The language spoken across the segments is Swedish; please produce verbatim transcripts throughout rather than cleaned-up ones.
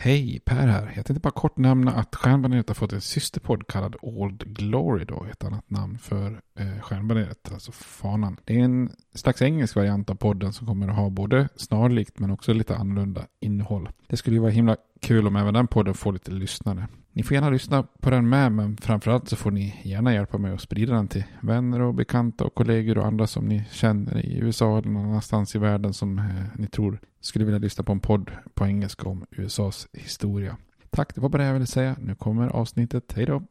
Hej, Per här. Jag tänkte bara kort nämna att Stjärnbaneret har fått en systerpodd kallad Old Glory då, ett annat namn för eh, Stjärnbaneret, alltså fanan. Det är en slags engelsk variant av podden som kommer att ha både snarlikt men också lite annorlunda innehåll. Det skulle ju vara himla kul om även den podden får lite lyssnare. Ni får gärna lyssna på den med, men framförallt så får ni gärna hjälpa mig att sprida den till vänner och bekanta och kollegor och andra som ni känner i U S A eller någon annanstans i världen som eh, ni tror skulle vilja lyssna på en podd på engelska om U S A:s historia. Tack, det var bara det jag ville säga. Nu kommer avsnittet. Hej då!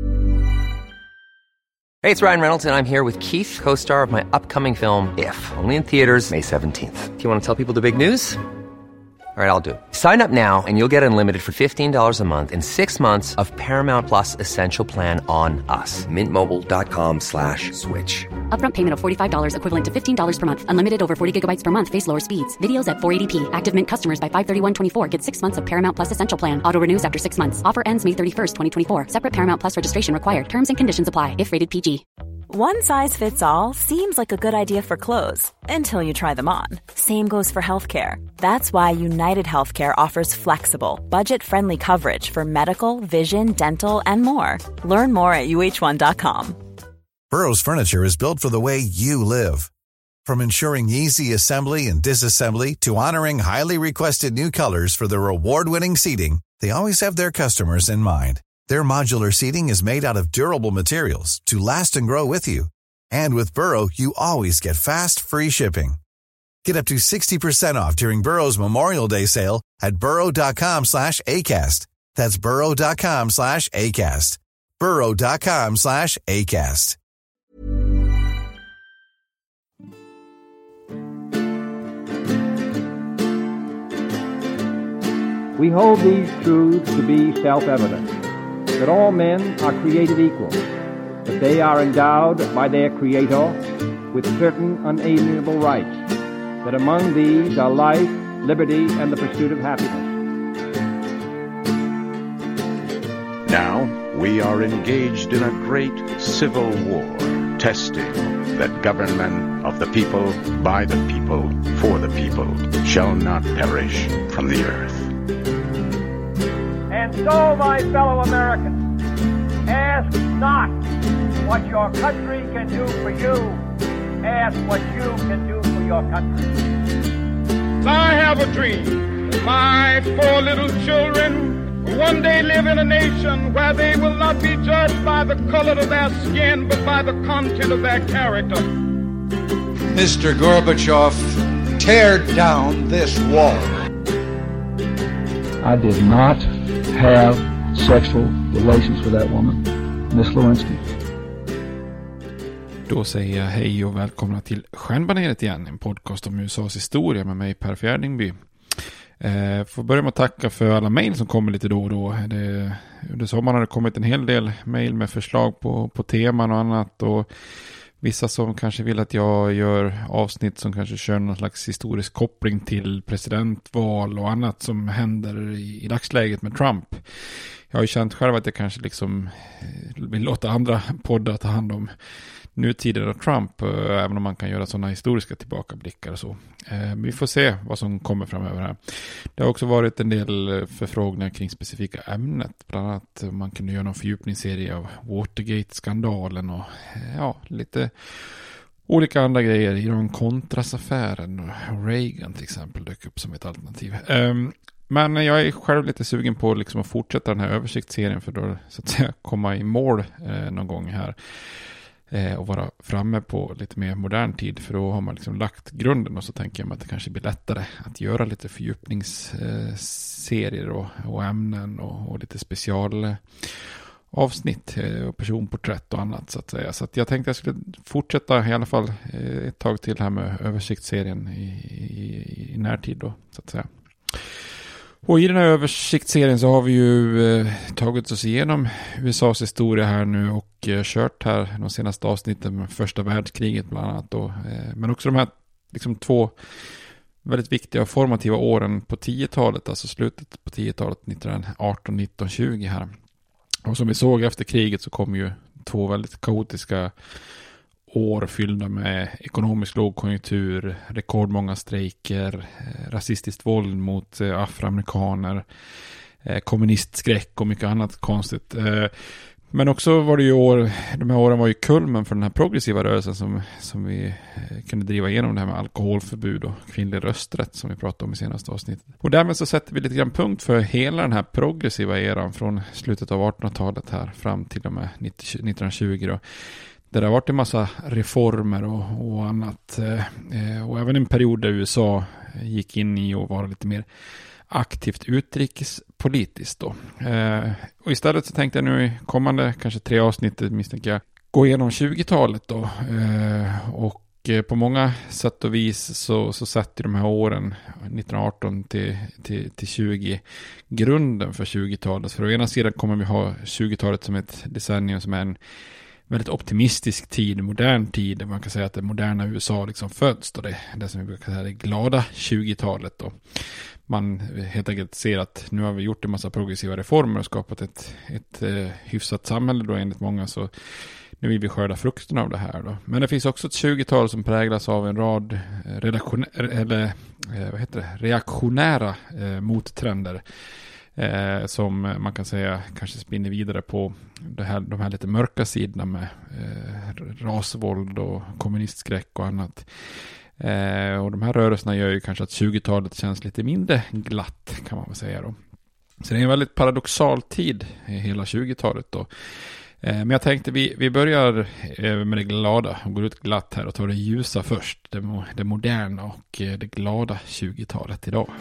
Hey, it's Ryan Reynolds and I'm here with Keith, co-star of my upcoming film, If, only in theaters May seventeenth. Do you want to tell people the big news? All right, I'll do it. Sign up now and you'll get unlimited for fifteen dollars a month and six months of Paramount Plus Essential Plan on us. Mint Mobile dot com slash switch. Upfront payment of forty-five dollars equivalent to fifteen dollars per month. Unlimited over forty gigabytes per month. Face lower speeds. Videos at four eighty p. Active Mint customers by five thirty-one twenty-four get six months of Paramount Plus Essential Plan. Auto renews after six months. Offer ends May thirty-first, twenty twenty-four. Separate Paramount Plus registration required. Terms and conditions apply if rated P G. One size fits all seems like a good idea for clothes until you try them on. Same goes for healthcare. That's why United Healthcare offers flexible, budget-friendly coverage for medical, vision, dental, and more. Learn more at U H one dot com. Burrow's furniture is built for the way you live. From ensuring easy assembly and disassembly to honoring highly requested new colors for their award-winning seating, they always have their customers in mind. Their modular seating is made out of durable materials to last and grow with you. And with Burrow, you always get fast, free shipping. Get up to sixty percent off during Burrow's Memorial Day sale at burrow dot com slash ACAST. That's burrow dot com slash ACAST. burrow dot com slash ACAST. We hold these truths to be self-evident, that all men are created equal, that they are endowed by their Creator with certain unalienable rights, that among these are life, liberty, and the pursuit of happiness. Now we are engaged in a great civil war, testing that government of the people, by the people, for the people, shall not perish from the earth. And so, my fellow Americans, ask not what your country can do for you. Ask what you can do for your country. I have a dream that my four little children will one day live in a nation where they will not be judged by the color of their skin, but by the content of their character. Mister Gorbachev, tear down this wall. I did not have sexual relations with that woman, Miss Lewinsky. Då säger jag hej och välkomna till Stjärnbaneret igen, en podcast om U S A:s historia med mig, Per Fjärdingby. Eh, får börja med att tacka för alla mejl som kommer lite då och då. Det, under sommaren har det kommit en hel del mejl med förslag på, på teman och annat, och vissa som kanske vill att jag gör avsnitt som kanske kör någon slags historisk koppling till presidentval och annat som händer i, i dagsläget med Trump. Jag har ju känt själv att jag kanske liksom vill låta andra poddar ta hand om nutiden av Trump, även om man kan göra sådana historiska tillbakablickar och så. Men vi får se vad som kommer framöver här. Det har också varit en del förfrågningar kring specifika ämnet. Bland annat om man kunde göra någon fördjupningsserie av Watergate-skandalen och ja, lite olika andra grejer. Iran-Contras-affären och Reagan till exempel dök upp som ett alternativ. Men jag är själv lite sugen på liksom att fortsätta den här översiktsserien för då så att säga komma i mål någon gång här. Och vara framme på lite mer modern tid, för då har man liksom lagt grunden, och så tänker jag mig att det kanske blir lättare att göra lite fördjupningsserier och, och ämnen och, och lite specialavsnitt och personporträtt och annat så att säga. Så att jag tänkte att jag skulle fortsätta i alla fall ett tag till här med översiktsserien i, i, i närtid då så att säga. Och i den här översiktsserien så har vi ju eh, tagit oss igenom U S A:s historia här nu och eh, kört här de senaste avsnitten med första världskriget bland annat då. Eh, men också de här liksom två väldigt viktiga och formativa åren på tiotalet, alltså slutet på tiotalet, nittonhundraarton, nitton, tjugo här. Och som vi såg efter kriget så kom ju två väldigt kaotiska år fyllda med ekonomisk lågkonjunktur, rekordmånga strejker, rasistiskt våld mot afroamerikaner, kommunistskräck och mycket annat konstigt. Men också var det ju år, de här åren var ju kulmen för den här progressiva rörelsen som, som vi kunde driva igenom, det här med alkoholförbud och kvinnlig rösträtt som vi pratade om i senaste avsnittet. Och därmed så sätter vi lite grann punkt för hela den här progressiva eran från slutet av artonhundratalet här fram till och med nittonhundratjugo då. Där det har varit en massa reformer och, och annat. Eh, och även en period där U S A gick in i och var lite mer aktivt utrikespolitiskt då. Eh, och istället så tänkte jag nu i kommande kanske tre avsnittet misstänker jag gå igenom tjugotalet då. Eh, och eh, på många sätt och vis så, så satt i de här åren nittonhundraarton till, till, till tjugo grunden för tjugotalet. För å ena sidan kommer vi ha tjugotalet som ett decennium som är en väldigt optimistisk tid, modern tid. Man kan säga att det moderna U S A liksom föds då, det, det som vi brukar säga det glada tjugotalet då. Man helt enkelt ser att nu har vi gjort en massa progressiva reformer och skapat ett, ett eh, hyfsat samhälle då enligt många, så nu vill vi skörda frukterna av det här då. Men det finns också ett tjugotal som präglas av en rad redaktion- eller, eh, vad heter det? reaktionära eh, mottrender. Eh, som man kan säga kanske spinner vidare på det här, de här lite mörka sidorna med eh, rasvåld och kommunistskräck och annat. Eh, och de här rörelserna gör ju kanske att tjugotalet känns lite mindre glatt, kan man väl säga då. Så det är en väldigt paradoxal tid i hela tjugotalet då. Eh, men jag tänkte vi, vi börjar eh, med det glada och går ut glatt här och tar det ljusa först. Det, mo- det moderna och eh, det glada tjugotalet idag.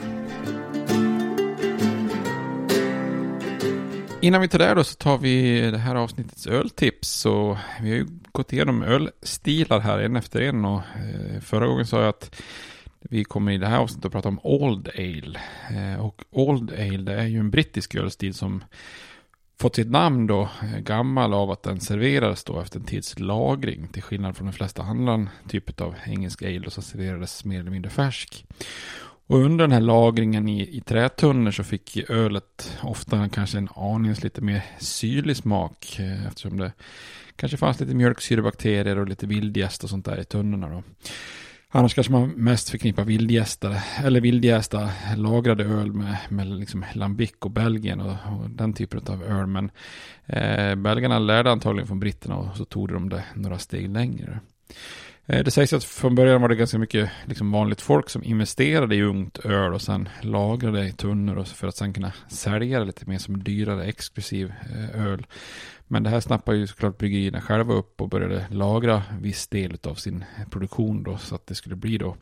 Innan vi tar det då så tar vi det här avsnittets öltips. Så vi har ju gått igenom ölstilar här en efter en. Och eh, förra gången sa jag att vi kommer i det här avsnittet att prata om Old Ale. Eh, och Old Ale, det är ju en brittisk ölstil som fått sitt namn då gammal av att den serverades då efter en tids lagring. Till skillnad från de flesta andra typer av engelsk ale som serverades mer eller mindre färsk. Och under den här lagringen i, i trätunnor så fick ölet ofta kanske en aningens lite mer syrlig smak. Eh, eftersom det kanske fanns lite mjölksyrebakterier och lite vildjäst och sånt där i tunnorna då. Annars kanske man mest förknippar vildjästare eller vildjästa lagrade öl med, med liksom Lambic och Belgien och, och den typen av öl. Men eh, belgarna lärde antagligen från britterna och så tog de det några steg längre. Det sägs att från början var det ganska mycket liksom vanligt folk som investerade i ungt öl och sen lagrade i tunnor för att sen kunna sälja det lite mer som dyrare exklusiv öl. Men det här snappar ju såklart bryggerierna själva upp och började lagra viss del av sin produktion då, så att det skulle bli då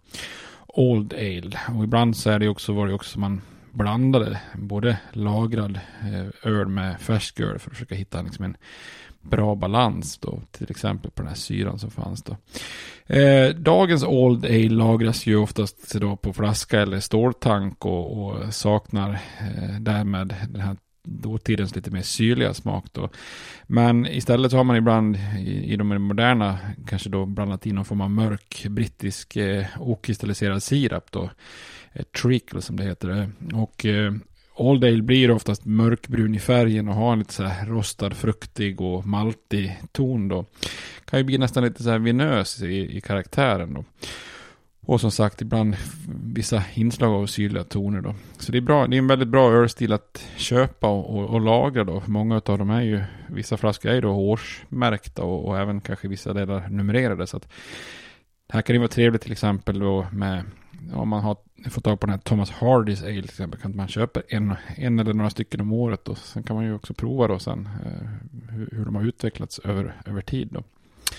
Old Ale. Och ibland så är det också, var det också man blandade både lagrad öl med färsk öl för att försöka hitta liksom en bra balans då, till exempel på den här syran som fanns då. Eh, dagens Old Ale lagras ju oftast då på flaska eller ståltank och, och saknar eh, därmed den här dåtidens lite mer syrliga smak då. Men istället så har man ibland i, i de moderna kanske då blandat in någon form av mörk brittisk eh, okristalliserad sirap då. Eh, treacle som det heter. Och eh, Old Ale blir oftast mörkbrun i färgen och har en lite så här rostad, fruktig och maltig ton då. Kan ju bli nästan lite så här vinös i, i karaktären då. Och som sagt ibland vissa inslag av syrliga toner då. Så det är bra, det är en väldigt bra ölstil att köpa och, och, och lagra då. Många av dem är ju, vissa flaskor är ju då årsmärkta och, och även kanske vissa delar numrerade. Så att här kan det vara trevligt till exempel då med, om man har fått tag på den här Thomas Hardys Ale till exempel, kan man köpa en, en eller några stycken om året och sen kan man ju också prova då sen eh, hur, hur de har utvecklats över, över tid då.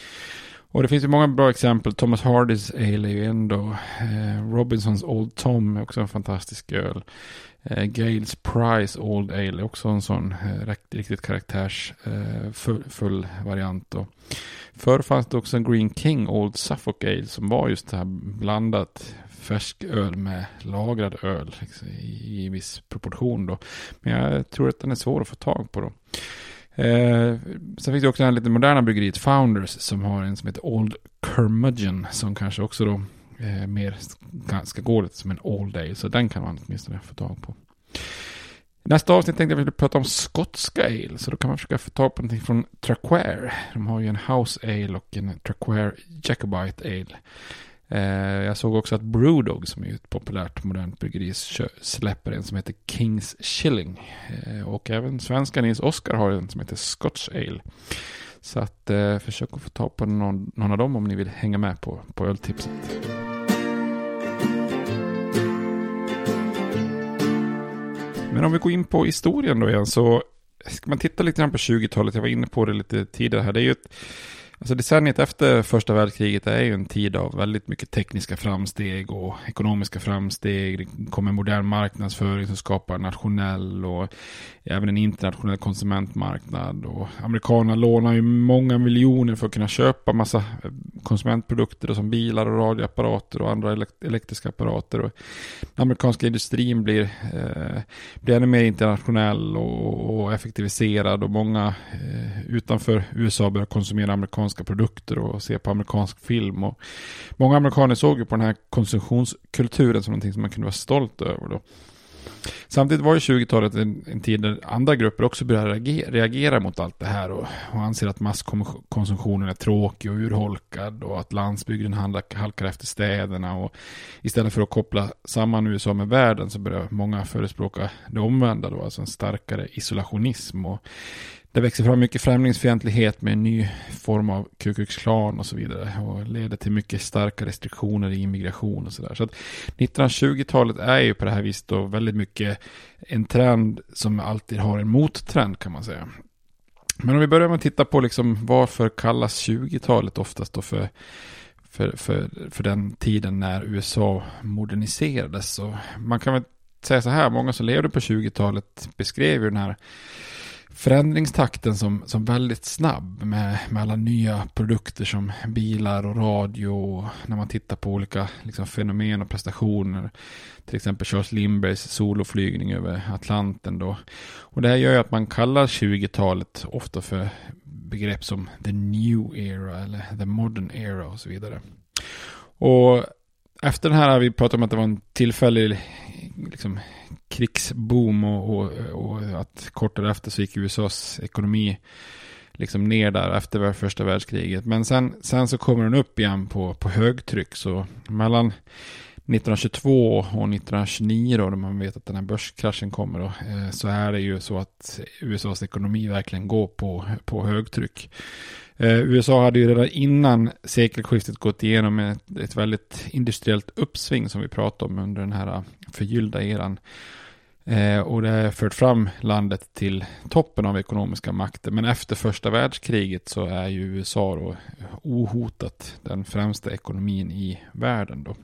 Och det finns ju många bra exempel. Thomas Hardys Ale är ju ändå. Eh, Robinsons Old Tom är också en fantastisk öl. Eh, Gales Price Old Ale är också en sån eh, riktigt, riktigt karaktärsfull eh, full, full variant då. Förr fanns det också en Green King Old Suffolk Ale som var just det här blandat färsk öl med lagrad öl liksom, i, i viss proportion då. Men jag tror att den är svår att få tag på då. Eh, sen finns det också en lite moderna bryggeriet Founders som har en som heter Old Curmudgeon som kanske också då eh, mer ganska går lite som en Old Ale, så den kan man åtminstone få tag på. Nästa avsnitt tänkte jag att vi skulle prata om skotska ale. Så då kan man försöka få tag på någonting från Traquair. De har ju en House Ale och en Traquair Jacobite Ale. Eh, jag såg också att Brewdog, som är ett populärt modernt bryggeri, släpper en som heter King's Shilling. Eh, och även svenska Nils Oskar har en som heter Scotch Ale. Så att eh, försök att få tag på någon, någon av dem om ni vill hänga med på, på öltipset. Men om vi går in på historien då igen, så ska man titta lite grann på tjugotalet. Jag var inne på det lite tidigare här. Det är ju ett, alltså decenniet efter första världskriget är ju en tid av väldigt mycket tekniska framsteg och ekonomiska framsteg. Det kommer modern marknadsföring som skapar nationell och även en internationell konsumentmarknad. Och amerikanerna lånar ju många miljoner för att kunna köpa massa konsumentprodukter som bilar och radioapparater och andra elektriska apparater. Och den amerikanska industrin blir, eh, blir ännu mer internationell och, och effektiviserad, och många eh, utanför U S A börjar konsumera amerikanska produkter och se på amerikansk film. Och många amerikaner såg ju på den här konsumtionskulturen som någonting som man kunde vara stolt över då. Samtidigt var ju tjugotalet en, en tid där andra grupper också började reagera, reagera mot allt det här och, och anser att masskonsumtionen är tråkig och urholkad och att landsbygden halkar efter städerna, och istället för att koppla samman U S A med världen så börjar många förespråka det omvända då, alltså en starkare isolationism, och det växer fram mycket främlingsfientlighet med en ny form av Ku Klux Klan och så vidare, och leder till mycket starka restriktioner i immigration och sådär. Så att nittonhundratjugotalet är ju på det här viset då väldigt mycket en trend som alltid har en mottrend, kan man säga. Men om vi börjar med att titta på liksom varför kallas tjugotalet oftast då för, för, för, för den tiden när U S A moderniserades. Så man kan väl säga så här, många som levde på tjugotalet beskrev ju den här förändringstakten som, som väldigt snabb med, med alla nya produkter som bilar och radio, och när man tittar på olika liksom, fenomen och prestationer, till exempel Charles Lindberghs soloflygning över Atlanten då. Och det här gör ju att man kallar tjugotalet ofta för begrepp som the new era eller the modern era och så vidare. Och efter den här har vi pratat om att det var en tillfällig liksom, krigsboom och, och, och att kort därefter så gick U S A:s ekonomi liksom ner där efter första världskriget. Men sen, sen så kommer den upp igen på, på högtryck. Så mellan nittonhundratjugotvå och nittonhundratjugonio då, när man vet att den här börskraschen kommer då, eh, så är det ju så att U S A:s ekonomi verkligen går på, på högtryck. Eh, U S A hade ju redan innan sekelskiftet gått igenom ett, ett väldigt industriellt uppsving som vi pratade om under den här förgyllda eran. Eh, och det har fört fram landet till toppen av ekonomiska makter. Men efter första världskriget så är ju U S A då ohotat den främsta ekonomin i världen då.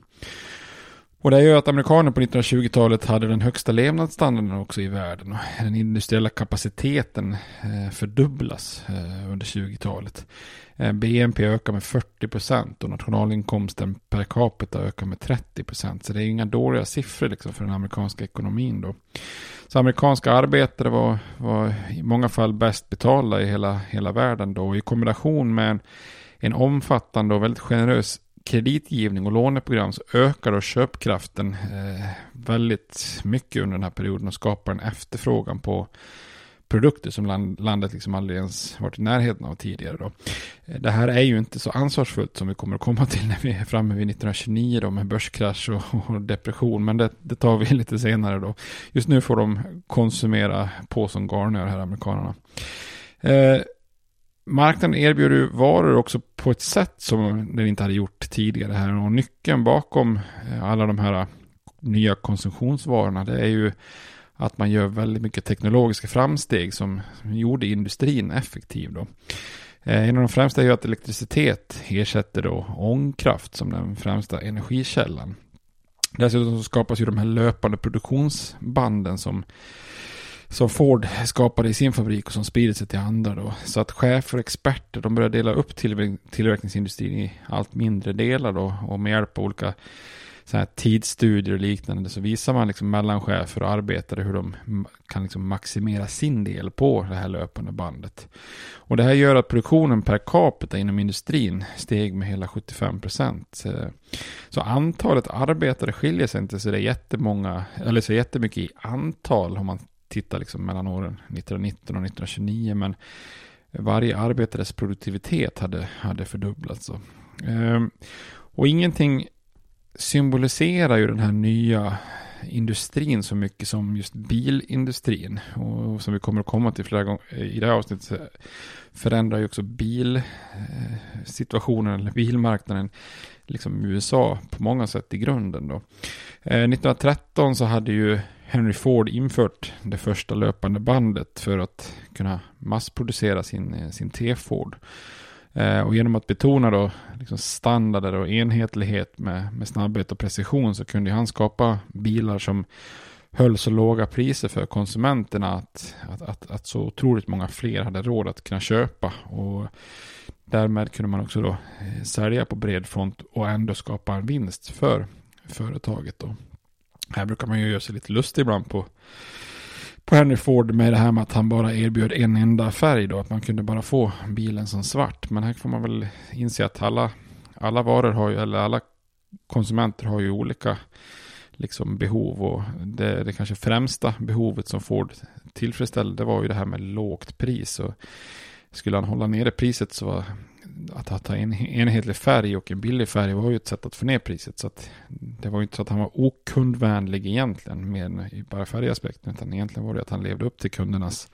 Och det gör att amerikaner på nittonhundratjugotalet hade den högsta levnadsstandarden också i världen. Och den industriella kapaciteten eh, fördubblas eh, under tjugotalet. Eh, B N P ökar med fyrtio procent och nationalinkomsten per capita ökar med trettio procent. Så det är inga dåliga siffror liksom, för den amerikanska ekonomin då. Så amerikanska arbetare var, var i många fall bäst betalda i hela, hela världen då. Och i kombination med en, en omfattande och väldigt generös kreditgivning och låneprogram så ökar då köpkraften eh, väldigt mycket under den här perioden och skapar en efterfrågan på produkter som land, landet liksom aldrig ens varit i närheten av tidigare då. Det här är ju inte så ansvarsfullt som vi kommer att komma till när vi är framme vid nittonhundratjugonio då, med börskrasch och, och depression, men det, det tar vi lite senare då. Just nu får de konsumera på som garner här, amerikanerna. Eh, Marknaden erbjuder varor också på ett sätt som den inte hade gjort tidigare här, och nyckeln bakom alla de här nya konsumtionsvarorna, det är ju att man gör väldigt mycket teknologiska framsteg som gjorde industrin effektiv då. En av de främsta är ju att elektricitet ersätter då ångkraft som den främsta energikällan. Dessutom så skapas ju de här löpande produktionsbanden som som Ford skapade i sin fabrik och som sprider sig till andra då. Så att chefer och experter, de börjar dela upp till, tillverkningsindustrin i allt mindre delar då, och med hjälp av olika så här tidsstudier och liknande så visar man liksom mellan chefer och arbetare hur de kan liksom maximera sin del på det här löpande bandet. Och det här gör att produktionen per capita inom industrin steg med hela sjuttiofem procent. Så antalet arbetare skiljer sig inte så det är jättemånga, eller så jättemycket i antal om man tittar liksom mellan åren nittonhundranitton och nittonhundratjugonio, men varje arbetares produktivitet hade, hade fördubblats. Så. Ehm, och ingenting symboliserar ju den här nya industrin så mycket som just bilindustrin, och som vi kommer att komma till flera gånger i det här avsnittet, förändrar ju också bilsituationen eller bilmarknaden liksom i U S A på många sätt i grunden då. Eh, nittonhundratretton så hade ju Henry Ford infört det första löpande bandet för att kunna massproducera sin, sin T-Ford. Eh, och genom att betona då liksom standarder och enhetlighet med, med snabbhet och precision, så kunde han skapa bilar som höll så låga priser för konsumenterna att, att, att, att så otroligt många fler hade råd att kunna köpa. Och därmed kunde man också då eh, sälja på bred front och ändå skapa en vinst för företaget då. Här brukar man ju göra sig lite lustig ibland på, på Henry Ford med det här med att han bara erbjöd en enda färg då, att man kunde bara få bilen som svart. Men här får man väl inse att alla, alla varor har ju, eller alla konsumenter har ju olika liksom behov, och det, det kanske främsta behovet som Ford tillfredsställde, det var ju det här med lågt pris. Och skulle han hålla nere priset, så var att ha en enhetlig färg och en billig färg var ju ett sätt att få ner priset. Så att det var ju inte så att han var okundvänlig egentligen med bara färgaspekten, utan egentligen var det att han levde upp till kundernas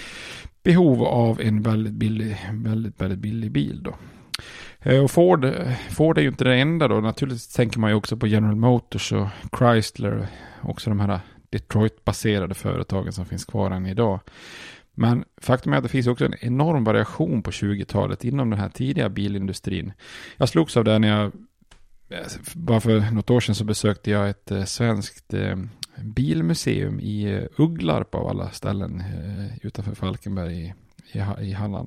behov av en väldigt billig, väldigt, väldigt billig bil då. Och Ford, Ford är ju inte det enda då. Naturligtvis tänker man ju också på General Motors och Chrysler, också de här Detroit-baserade företagen som finns kvar än idag. Men faktum är att det finns också en enorm variation på tjugotalet inom den här tidiga bilindustrin. Jag slogs av det när jag, bara för något år sedan så besökte jag ett eh, svenskt eh, bilmuseum i eh, Ugglarp av alla ställen eh, utanför Falkenberg i, i, i Halland.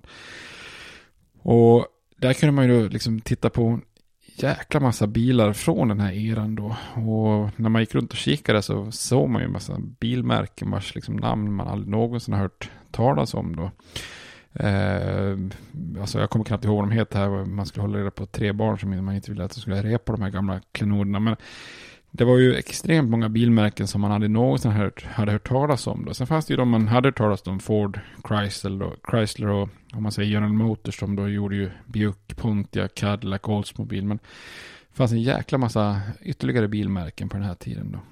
Och där kunde man ju då liksom titta på en jäkla massa bilar från den här eran då. Och när man gick runt och kikade så såg man ju en massa bilmärken vars liksom namn man aldrig någonsin har hört talas om då. Eh, alltså jag kommer knappt ihåg vad de heter här. Man skulle hålla reda på tre barn som man inte ville att de skulle repa de här gamla klenoderna. Men det var ju extremt många bilmärken som man hade någonsin hört, hade hört talas om då. Sen fanns det ju de man hade hört talas om, Ford, Chrysler och, Chrysler och om man säger General Motors, som då gjorde ju Buick, Pontiac, Cadillac, Oldsmobile. Men det fanns en jäkla massa ytterligare bilmärken på den här tiden då.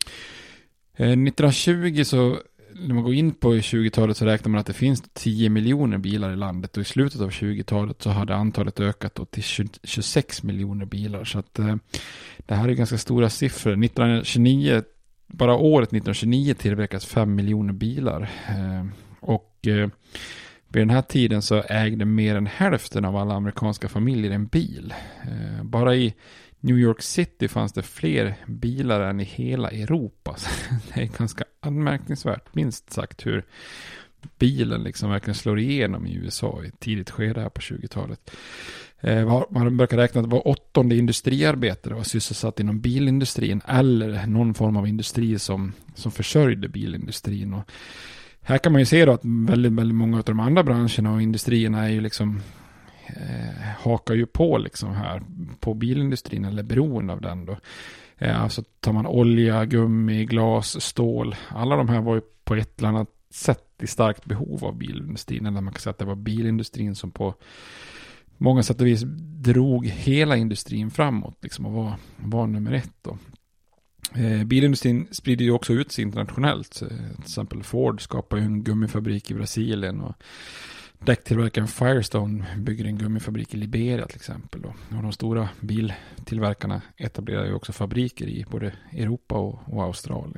Eh, nittonhundratjugo så när man går in på tjugotalet så räknar man att det finns tio miljoner bilar i landet, och i slutet av tjugotalet så hade antalet ökat då till tjugosex miljoner bilar. Så att eh, det här är ganska stora siffror. nittonhundratjugonio, bara året nittonhundratjugonio tillverkas fem miljoner bilar. Eh, och eh, vid den här tiden så ägde mer än hälften av alla amerikanska familjer en bil. Eh, bara i New York City fanns det fler bilar än i hela Europa. Så det är ganska anmärkningsvärt, minst sagt, hur bilen liksom verkligen slår igenom i U S A i ett tidigt skede här på tjugotalet. Eh, man brukar räkna att det var åttonde industriarbetare var sysselsatt inom bilindustrin eller någon form av industri som, som försörjde bilindustrin. Och här kan man ju se då att väldigt, väldigt många av de andra branscherna och industrierna är ju liksom Eh, hakar ju på liksom här på bilindustrin eller beroende av den då. Eh, alltså tar man olja, gummi, glas, stål, alla de här var ju på ett eller annat sätt i starkt behov av bilindustrin, eller man kan säga att det var bilindustrin som på många sätt och vis drog hela industrin framåt liksom, och var, var nummer ett då. Eh, bilindustrin sprider ju också ut sig internationellt. Eh, till exempel Ford skapar ju en gummifabrik i Brasilien, och däcktillverkaren Firestone bygger en gummifabrik i Liberia till exempel då. Och de stora biltillverkarna etablerar ju också fabriker i både Europa och, och Australien.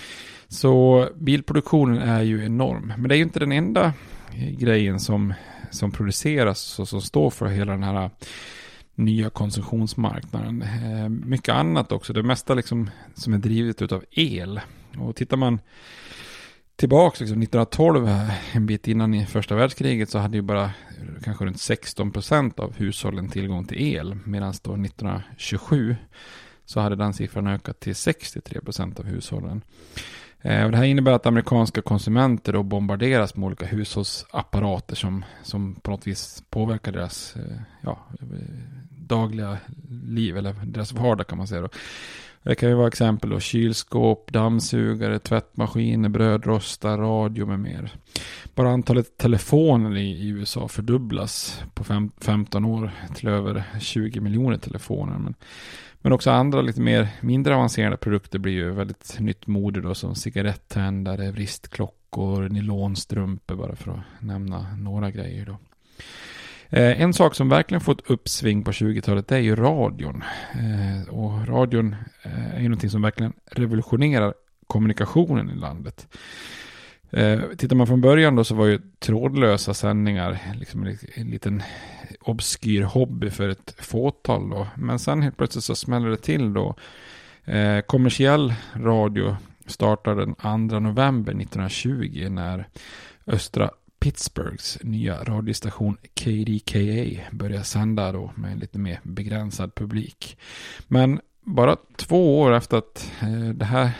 Så bilproduktionen är ju enorm. Men det är ju inte den enda grejen som, som produceras och som står för hela den här nya konsumtionsmarknaden. Eh, mycket annat också. Det mesta liksom som är drivet utav el. Och tittar man tillbaka liksom nittonhundratolv, en bit innan i första världskriget, så hade ju bara kanske runt sexton procent av hushållen tillgång till el. Medan då nittonhundratjugosju så hade den siffran ökat till sextiotre procent av hushållen. Eh, och det här innebär att amerikanska konsumenter då bombarderas med olika hushållsapparater som, som på något vis påverkar deras eh, ja, dagliga liv, eller deras vardag kan man säga då. Det kan ju vara exempel då kylskåp, dammsugare, tvättmaskiner, brödrostar, radio med mer. Bara antalet telefoner i, i U S A fördubblas på fem, femton år till över tjugo miljoner telefoner. Men, men också andra lite mer mindre avancerade produkter blir ju väldigt nytt mode då, som cigarettändare, vristklockor, nylonstrumpor, bara för att nämna några grejer då. Eh, en sak som verkligen fått uppsving på tjugotalet är ju radion. Eh, och radion eh, är ju någonting som verkligen revolutionerar kommunikationen i landet. Eh, tittar man från början då, så var ju trådlösa sändningar liksom en, en liten obskyr hobby för ett fåtal då. Men sen helt plötsligt så smäller det till då. Eh, kommersiell radio startade den andra november nittonhundratjugo när östra Pittsburghs nya radiostation K D K A började sända då med en lite mer begränsad publik. Men bara två år efter att eh, det här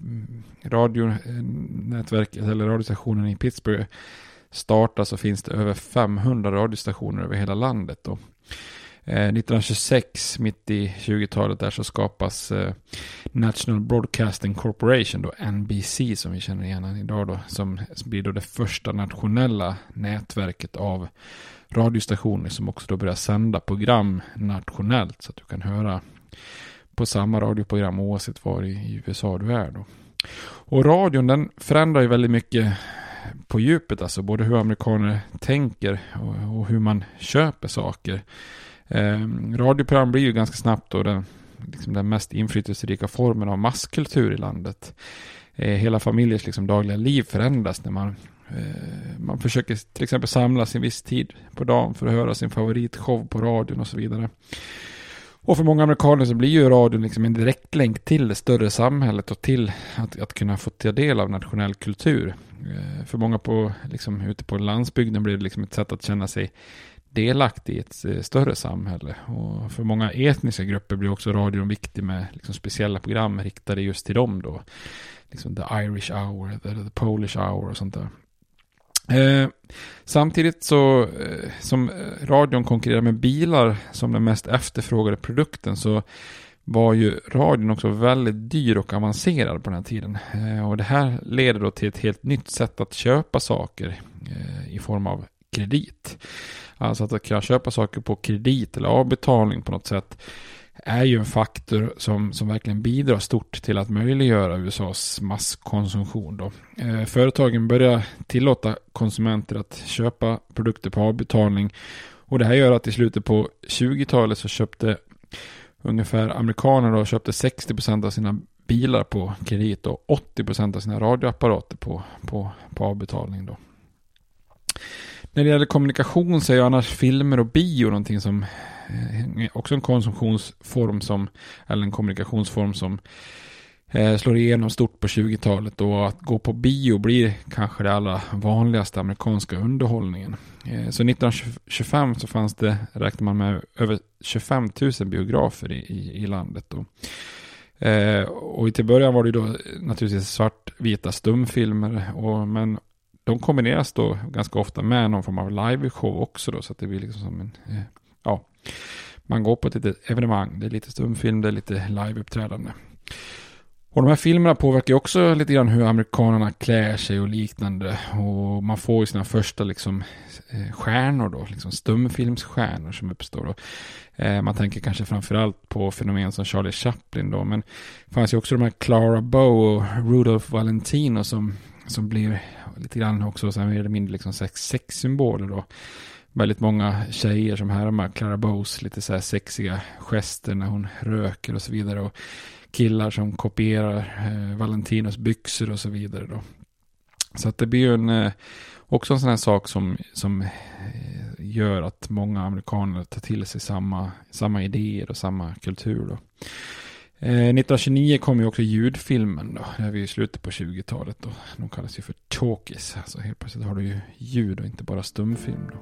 radionätverket eller radiostationen i Pittsburgh startar, så finns det över femhundra radiostationer över hela landet då. Eh, nittonhundratjugosex, mitt i tjugotalet där, så skapas eh, National Broadcasting Corporation då, N B C som vi känner igen idag då, som blir då det första nationella nätverket av radiostationer som också då börjar sända program nationellt, så att du kan höra på samma radioprogram oavsett var i U S A du är då. Och radion, den förändrar ju väldigt mycket på djupet, alltså både hur amerikaner tänker och, och hur man köper saker. Eh, radioprogram blir ju ganska snabbt då den, liksom den mest inflytelserika formen av masskultur i landet. Eh, hela familjers liksom dagliga liv förändras när man, eh, man försöker till exempel samlas en viss tid på dagen för att höra sin favoritshow på radion och så vidare. Och för många amerikaner så blir ju radion liksom en direktlänk till det större samhället och till att, att kunna få ta del av nationell kultur. Eh, för många på, liksom, ute på landsbygden blir det liksom ett sätt att känna sig delaktig i ett eh, större samhälle. Och för många etniska grupper blir också radion viktig med liksom, speciella program riktade just till dem då. Liksom The Irish Hour, The, the Polish Hour och sånt där. Eh, samtidigt så eh, som radion konkurrerar med bilar som den mest efterfrågade produkten, så var ju radion också väldigt dyr och avancerad på den här tiden. Eh, och det här leder då till ett helt nytt sätt att köpa saker eh, i form av kredit. Alltså att kunna köpa saker på kredit eller avbetalning på något sätt är ju en faktor som, som verkligen bidrar stort till att möjliggöra U S A:s masskonsumtion då. Eh, företagen börjar tillåta konsumenter att köpa produkter på avbetalning, och det här gör att i slutet på tjugotalet så köpte ungefär amerikaner då köpte sextio procent av sina bilar på kredit och åttio procent av sina radioapparater på, på, på avbetalning då. När det gäller kommunikation så är ju annars filmer och bio någonting som eh, också en konsumtionsform som, eller en kommunikationsform som eh, slår igenom stort på tjugotalet, och att gå på bio blir kanske det allra vanligaste amerikanska underhållningen. Eh, så nittonhundratjugofem så fanns det, räknar man med, över tjugofem tusen biografer i, i, i landet då. Eh, och till början var det då naturligtvis svartvita stumfilmer, och, men de kombineras då ganska ofta med någon form av live-show också då, så att det blir liksom som en, eh, ja, man går på ett litet evenemang, det är lite stumfilm, det är lite live-uppträdande. Och de här filmerna påverkar också lite grann hur amerikanerna klär sig och liknande, och man får ju sina första liksom eh, stjärnor då, liksom stumfilmsstjärnor som uppstår då. Eh, man tänker kanske framförallt på fenomen som Charlie Chaplin då, men det fanns ju också de här Clara Bow och Rudolph Valentino som som blir lite grann också så här mer eller mindre liksom sex, sexsymboler då. Väldigt många tjejer som härmar Clara Bows lite så här sexiga gester när hon röker och så vidare, och killar som kopierar eh, Valentinos byxor och så vidare då. Så att det blir ju en, eh, också en sån här sak som, som eh, gör att många amerikaner tar till sig samma, samma idéer och samma kultur då. Eh, nittonhundratjugonio kom ju också ljudfilmen då, när vi är i slutet på tjugotalet då. De kallas ju för talkies, alltså helt plötsligt har du ju ljud och inte bara stumfilm då.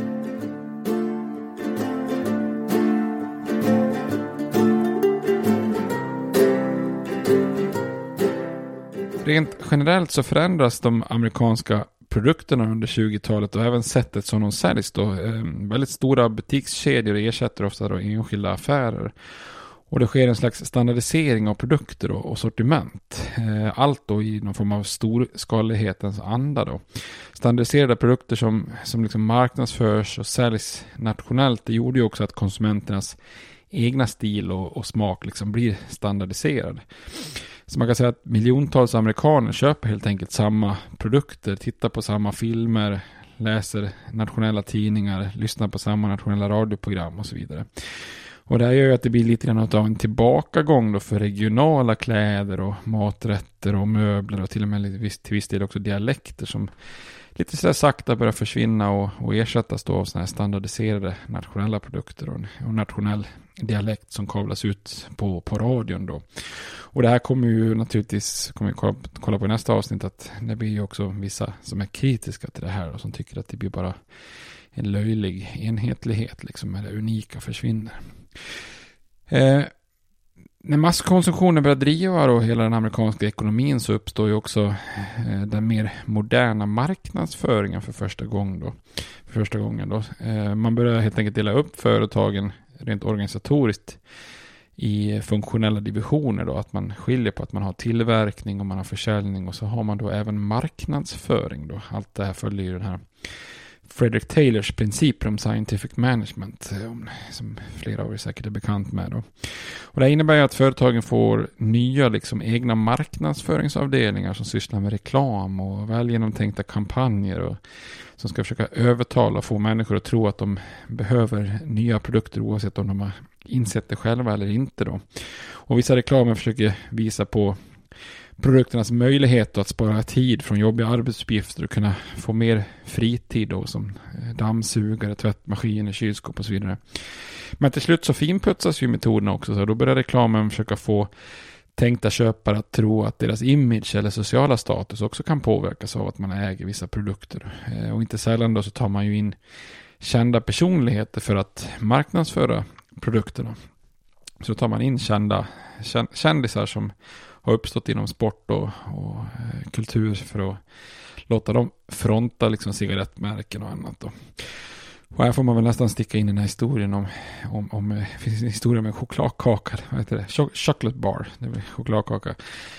Rent generellt så förändras de amerikanska produkterna under tjugotalet och även sättet som de säljs då. Eh, väldigt stora butikskedjor ersätter ofta då enskilda affärer. Och det sker en slags standardisering av produkter och, och sortiment. Eh, allt då i någon form av storskalighetens anda då. Standardiserade produkter som, som liksom marknadsförs och säljs nationellt, det gjorde ju också att konsumenternas egna stil och, och smak liksom blir standardiserad. Så man kan säga att miljontals amerikaner köper helt enkelt samma produkter, tittar på samma filmer, läser nationella tidningar, lyssnar på samma nationella radioprogram och så vidare. Och det här gör ju att det blir lite grann av en tillbakagång då för regionala kläder och maträtter och möbler och till och med till viss del också dialekter som lite så sakta börjar försvinna och, och ersättas då av såna här standardiserade nationella produkter och, och nationell dialekt som kablas ut på, på radion då. Och det här kommer ju naturligtvis, kommer vi kolla, kolla på i nästa avsnitt, att det blir ju också vissa som är kritiska till det här och som tycker att det blir bara en löjlig enhetlighet liksom, när det unika försvinner. Eh, när masskonsumtionen börjar driva och hela den amerikanska ekonomin, så uppstår ju också eh, den mer moderna marknadsföringen för första gången då. För första gången då. Eh, man börjar helt enkelt dela upp företagen rent organisatoriskt i funktionella divisioner då, att man skiljer på att man har tillverkning och man har försäljning och så har man då även marknadsföring då. Allt det här följer ju den här Frederick Taylors principer om scientific management, som flera av er säkert är bekant med då. Och det innebär att företagen får nya liksom egna marknadsföringsavdelningar som sysslar med reklam och väl genomtänkta kampanjer och som ska försöka övertala och få människor att tro att de behöver nya produkter oavsett om de har insett det själva eller inte då. Och vissa reklamer försöker visa på produkternas möjlighet att spara tid från jobbiga arbetsuppgifter och kunna få mer fritid då, som dammsugare, tvättmaskiner, kylskåp och så vidare. Men till slut så finputsas ju metoderna också, så då börjar reklamen försöka få tänkta köpare att tro att deras image eller sociala status också kan påverkas av att man äger vissa produkter. Och inte sällan då så tar man ju in kända personligheter för att marknadsföra produkterna. Så tar man in kända kändisar som har uppstått inom sport och, och eh, kultur för att låta dem fronta liksom cigarettmärken och annat då. Och här får man väl nästan sticka in i den här historien om, om, om det finns en historia med chokladkaka, vad heter det? Ch- chocolate bar, det är chokladkaka.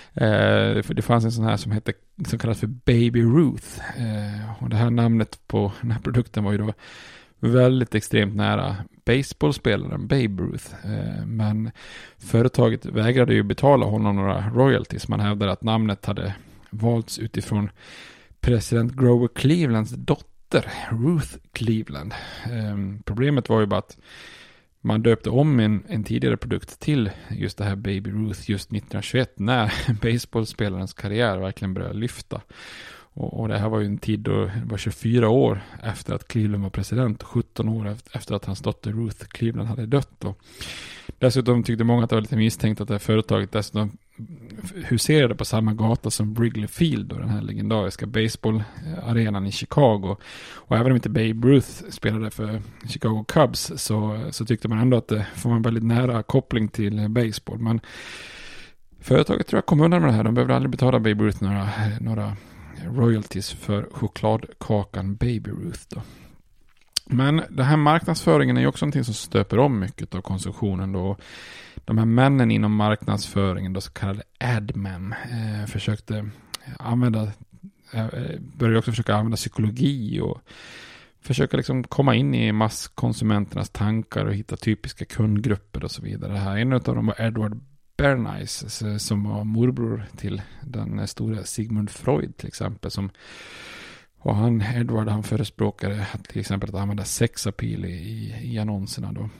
Eh, för det fanns en sån här som hette, som kallas för Baby Ruth. Eh, och det här namnet på den här produkten var ju då väldigt extremt nära baseballspelaren Babe Ruth. Eh, men företaget vägrade ju betala honom några royalties. Man hävdade att namnet hade valts utifrån president Grover Clevelands dotter, Ruth Cleveland. Eh, problemet var ju bara att man döpte om en, en tidigare produkt till just det här Baby Ruth just nittonhundratjugoett när baseballspelarens karriär verkligen började lyfta. Och, och det här var ju en tid då det var tjugofyra år efter att Cleveland var president och sjutton år efter att hans dotter Ruth Cleveland hade dött. Och dessutom tyckte många att det var lite misstänkt att det här företaget dessutom huserade på samma gata som Wrigley Field och den här legendariska baseballarenan i Chicago. Och även om inte Babe Ruth spelade för Chicago Cubs så, så tyckte man ändå att det får man väldigt nära koppling till baseball. Men företaget tror jag kom undan med det här. De behövde aldrig betala Babe Ruth några, några royalties för chokladkakan Baby Ruth då. Men den här marknadsföringen är ju också någonting som stöper om mycket av konsumtionen då. De här männen inom marknadsföringen, då så kallade admen, eh, försökte använda eh, började också försöka använda psykologi och försöka liksom komma in i masskonsumenternas tankar och hitta typiska kundgrupper och så vidare. Det här, en av dem var Edward Bernays som var morbror till den stora Sigmund Freud till exempel, som och han, Edward, han förespråkade till exempel att använda sexappeal i, i annonserna då.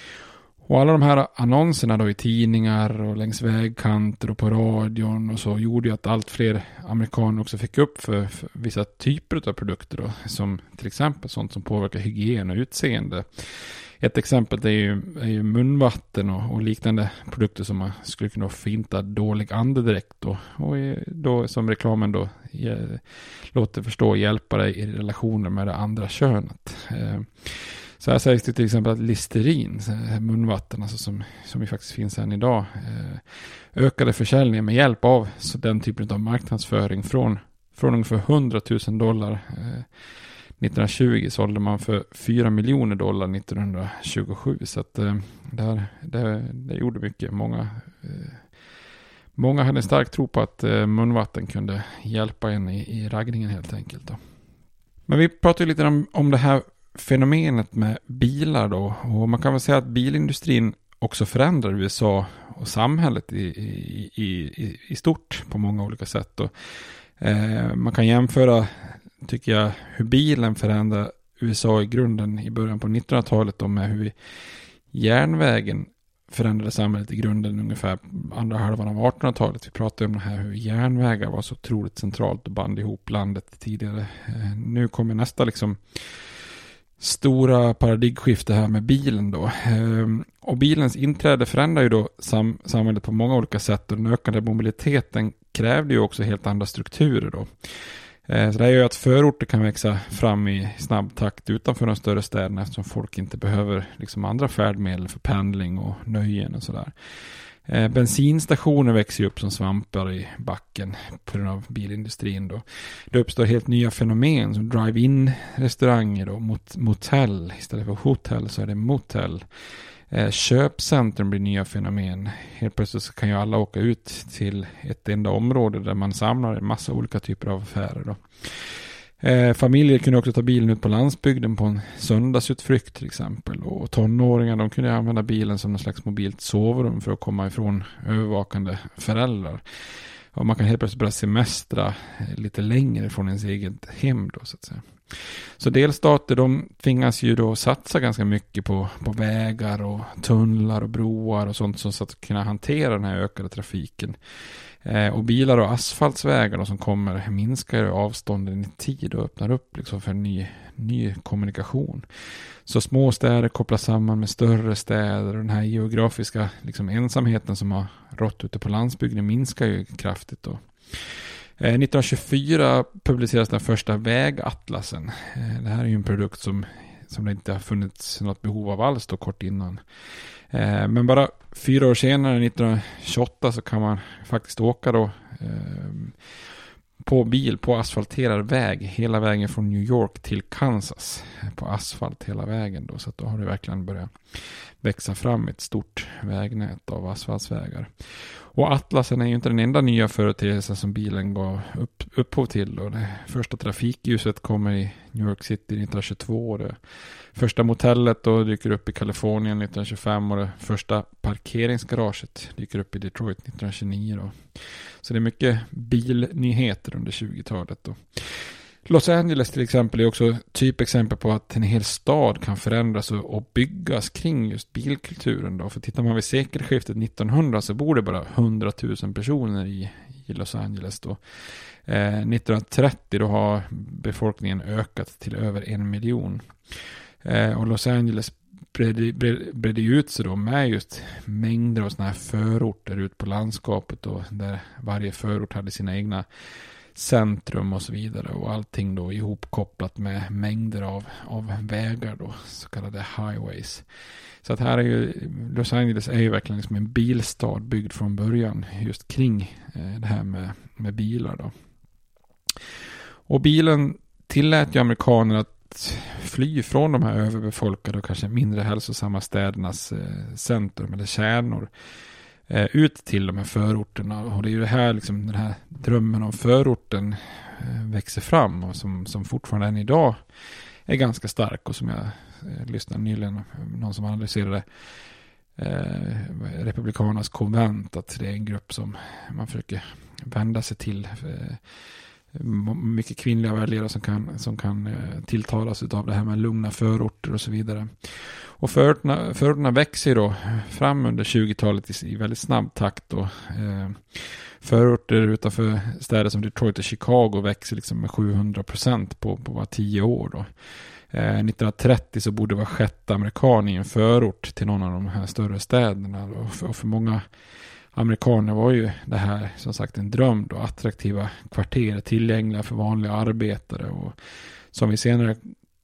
Och alla de här annonserna då i tidningar och längs vägkanter och på radion och så gjorde ju att allt fler amerikaner också fick upp för, för vissa typer av produkter då, som till exempel sånt som påverkar hygien och utseende. Ett exempel är ju, är ju munvatten och, och liknande produkter som man skulle kunna finta dålig andedräkt då, och då som reklamen då ge, låter förstå hjälpa dig i relationer med det andra könet. Eh, så här sägs det till exempel att Listerin, munvatten alltså som, som ju faktiskt finns än idag, eh, ökade försäljningen med hjälp av så den typen av marknadsföring från, från ungefär hundratusen dollar eh, nittonhundratjugo sålde man för fyra miljoner dollar nittonhundratjugosju. Så att eh, det, det, det gjorde mycket. Många, eh, många hade en stark tro på att eh, munvatten kunde hjälpa en i, i raggningen helt enkelt då. Men vi pratar ju lite om, om det här fenomenet med bilar då. Och man kan väl säga att bilindustrin också förändrar U S A och samhället i, i, i, i stort på många olika sätt. Och, eh, man kan jämföra, tycker jag, hur bilen förändrar U S A i grunden i början på nittonhundratalet och med hur vi, järnvägen förändrade samhället i grunden ungefär andra halvan av artonhundratalet. Vi pratade om det här hur järnvägar var så otroligt centralt och band ihop landet tidigare. Eh, nu kommer nästa liksom stora paradigmskifte här med bilen då. Ehm, och bilens inträde förändrar ju då sam- samhället på många olika sätt, och den ökade mobiliteten krävde ju också helt andra strukturer då. Ehm, så det är ju att förorter kan växa fram i snabb takt utanför de större städerna eftersom folk inte behöver liksom andra färdmedel för pendling och nöjen och sådär. Eh, bensinstationer växer upp som svampar i backen på grund av bilindustrin då. Det uppstår helt nya fenomen som drive-in restauranger då, mot motell istället för hotell så är det motell. Eh, köpcentrum blir nya fenomen. Helt plötsligt så kan ju alla åka ut till ett enda område där man samlar en massa olika typer av affärer då. Eh, familjer kunde också ta bilen ut på landsbygden på en söndagsutflykt till exempel, och tonåringar de kunde använda bilen som någon slags mobilt sovrum för att komma ifrån övervakande föräldrar. Och man kan helt plötsligt börja semestra lite längre från ens eget hem då, så att säga. Så delstater de tvingas ju då satsa ganska mycket på, på vägar och tunnlar och broar och sånt som så att kunna hantera den här ökade trafiken. Eh, och bilar och asfaltsvägar då, som kommer minskar avstånden i tid och öppnar upp liksom för ny, ny kommunikation. Så små städer kopplas samman med större städer, och den här geografiska liksom, ensamheten som har rått ute på landsbygden minskar ju kraftigt då. Eh, nittonhundratjugofyra publiceras den första vägatlasen. Eh, det här är ju en produkt som, som det inte har funnits något behov av alls då kort innan. Eh, men bara fyra år senare, nittonhundratjugoåtta, så kan man faktiskt åka då eh, på bil på asfalterad väg hela vägen från New York till Kansas på asfalt hela vägen då, så att då har det verkligen börjat växa fram ett stort vägnät av asfaltsvägar. Och atlasen är ju inte den enda nya företeelsen som bilen gav upp, upphov till då. Det första trafikljuset kommer i New York City nittonhundratjugotvå, och det första motellet då dyker upp i Kalifornien nittonhundratjugofem, och det första parkeringsgaraget dyker upp i Detroit nittonhundratjugonio då. Så det är mycket bilnyheter under tjugotalet då. Los Angeles till exempel är också typexempel på att en hel stad kan förändras och, och byggas kring just bilkulturen då. För tittar man vid sekelskiftet nittonhundra så bor det bara hundratusen personer i, i Los Angeles då. Eh, nittonhundratrettio då har befolkningen ökat till över en miljon. Eh, och Los Angeles bredde, bredde ut sig då med just mängder av såna här förorter ut på landskapet då, där varje förort hade sina egna centrum och så vidare, och allting då ihopkopplat med mängder av, av vägar då, så kallade highways. Så att här är ju, Los Angeles är ju verkligen som en bilstad byggd från början just kring eh, det här med, med bilar då. Och bilen tillät ju amerikaner att fly från de här överbefolkade och kanske mindre hälsosamma städernas eh, centrum eller kärnor ut till de här förorterna, och det är ju det här liksom, den här drömmen om förorten eh, växer fram, och som, som fortfarande än idag är ganska stark, och som jag eh, lyssnade nyligen någon som analyserade eh, Republikanernas konvent, att det är en grupp som man försöker vända sig till, eh, mycket kvinnliga väljare som kan, som kan eh, tilltalas av det här med lugna förorter och så vidare. Och förorterna, förorterna växer då fram under tjugotalet i, i väldigt snabb takt då. Eh, förorter utanför städer som Detroit och Chicago växer liksom med sjuhundra procent på, på bara tio år då. Eh, nittonhundratrettio så borde vara sjätte amerikan i en förort till någon av de här större städerna. Och för, och för många amerikaner var ju det här som sagt en dröm då, attraktiva kvarter tillgängliga för vanliga arbetare, och som vi senare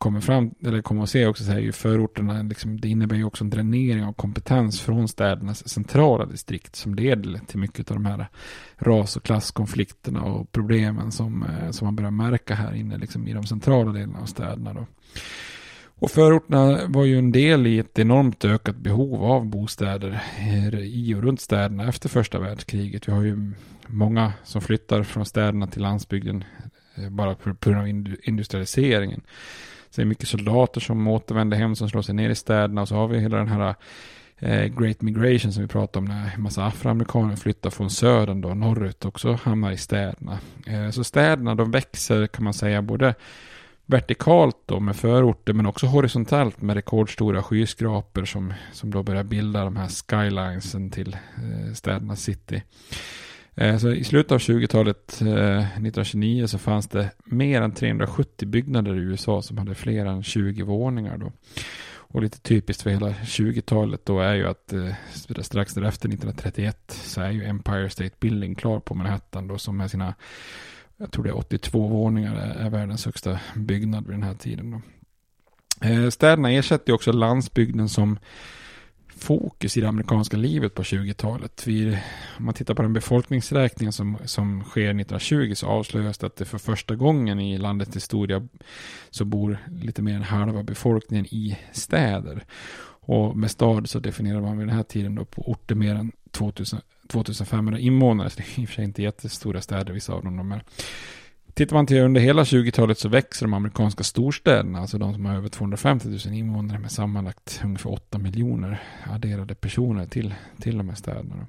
kommer fram, eller kommer att se också så här, ju förorterna liksom, det innebär ju också en dränering av kompetens från städernas centrala distrikt som leder till mycket av de här ras- och klasskonflikterna och problemen som, som man börjar märka här inne liksom, i de centrala delarna av städerna då. Och förorterna var ju en del i ett enormt ökat behov av bostäder i och runt städerna efter första världskriget. Vi har ju många som flyttar från städerna till landsbygden bara på grund av industrialiseringen. Så det är mycket soldater som återvänder hem som slår sig ner i städerna, och så har vi hela den här eh, Great Migration som vi pratar om, när en massa afroamerikaner flyttar från södern då, norrut också hamnar i städerna. Eh, så städerna de växer kan man säga både vertikalt då med förorter, men också horisontellt med rekordstora skyskrapor som, som då börjar bilda de här skylinesen till eh, städernas city. Eh, så i slutet av tjugotalet, eh, nittonhundratjugonio, så fanns det mer än trehundrasjuttio byggnader i U S A som hade fler än tjugo våningar då. Och lite typiskt för hela tjugotalet då är ju att eh, strax därefter nittonhundratrettioett så är ju Empire State Building klar på Manhattan då, som med sina, jag tror det är åttiotvå våningar, är världens högsta byggnad vid den här tiden då. Eh, städerna ersätter ju också landsbygden som fokus i det amerikanska livet på tjugotalet. Vi, om man tittar på den befolkningsräkningen som, som sker nittonhundratjugo, så avslöjas det att det för första gången i landets historia så bor lite mer än halva befolkningen i städer. Och med stad så definierar man vid den här tiden då på orter mer än tvåtusen, tvåtusenfemhundra invånare. Så det är i och för sig inte jättestora städer, vissa av dem. De är. Tittar man till under hela tjugotalet så växer de amerikanska storstäderna, alltså de som har över tvåhundrafemtio tusen invånare, med sammanlagt ungefär åtta miljoner adderade personer till, till de här städerna.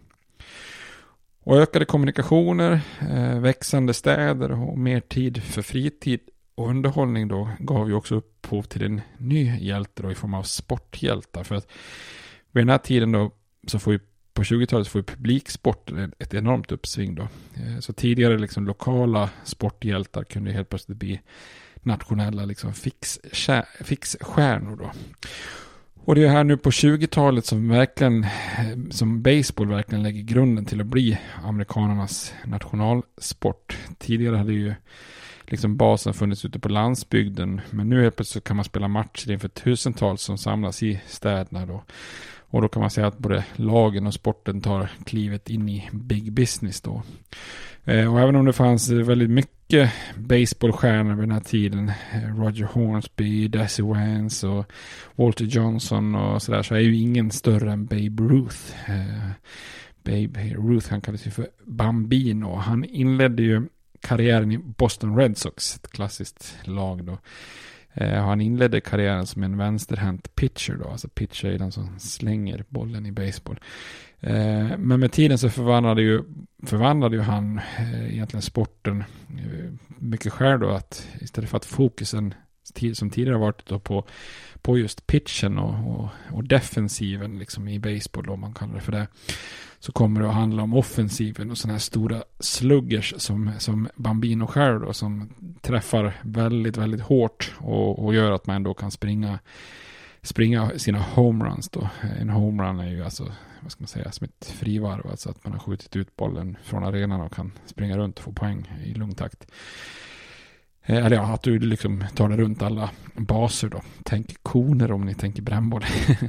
Och ökade kommunikationer, eh, växande städer och mer tid för fritid och underhållning då gav ju också upphov till en ny hjälte då i form av sporthjältar. För att vid den här tiden då så får ju på tjugotalet får ju publiksport ett enormt uppsving då. Så tidigare liksom lokala sporthjältar kunde helt plötsligt bli nationella liksom fixstjärnor då. Och det är här nu på tjugotalet som verkligen, som baseball verkligen lägger grunden till att bli amerikanernas nationalsport. Tidigare hade ju liksom basen funnits ute på landsbygden, men nu helt plötsligt kan man spela matcher inför tusentals som samlas i städerna då. Och då kan man säga att både lagen och sporten tar klivet in i big business då. Eh, och även om det fanns väldigt mycket baseballstjärnor vid den här tiden, Roger Hornsby, Dazzy Wance och Walter Johnson och sådär, så är ju ingen större än Babe Ruth. Eh, Babe Ruth, han kallades ju för Bambino. Han inledde ju karriären i Boston Red Sox, ett klassiskt lag då. Eh, han inledde karriären som en vänsterhänt pitcher då. Alltså pitcher är den som slänger bollen i baseball. Eh, men med tiden så förvandlade ju, förvandlade ju han eh, egentligen sporten eh, mycket själv då. Att istället för att fokusen som tidigare varit då på, på just pitchen och, och, och defensiven liksom i baseball om man kallar det för det, så kommer det att handla om offensiven och sådana här stora sluggers som, som Bambino själv då, som träffar väldigt, väldigt hårt och, och gör att man ändå kan springa springa sina homeruns då. En homerun är ju alltså, vad ska man säga, som ett frivarv, alltså att man har skjutit ut bollen från arenan och kan springa runt och få poäng i lugn takt. Eller ja, att du liksom tar det runt alla baser då. Tänk koner om ni tänker brännboll.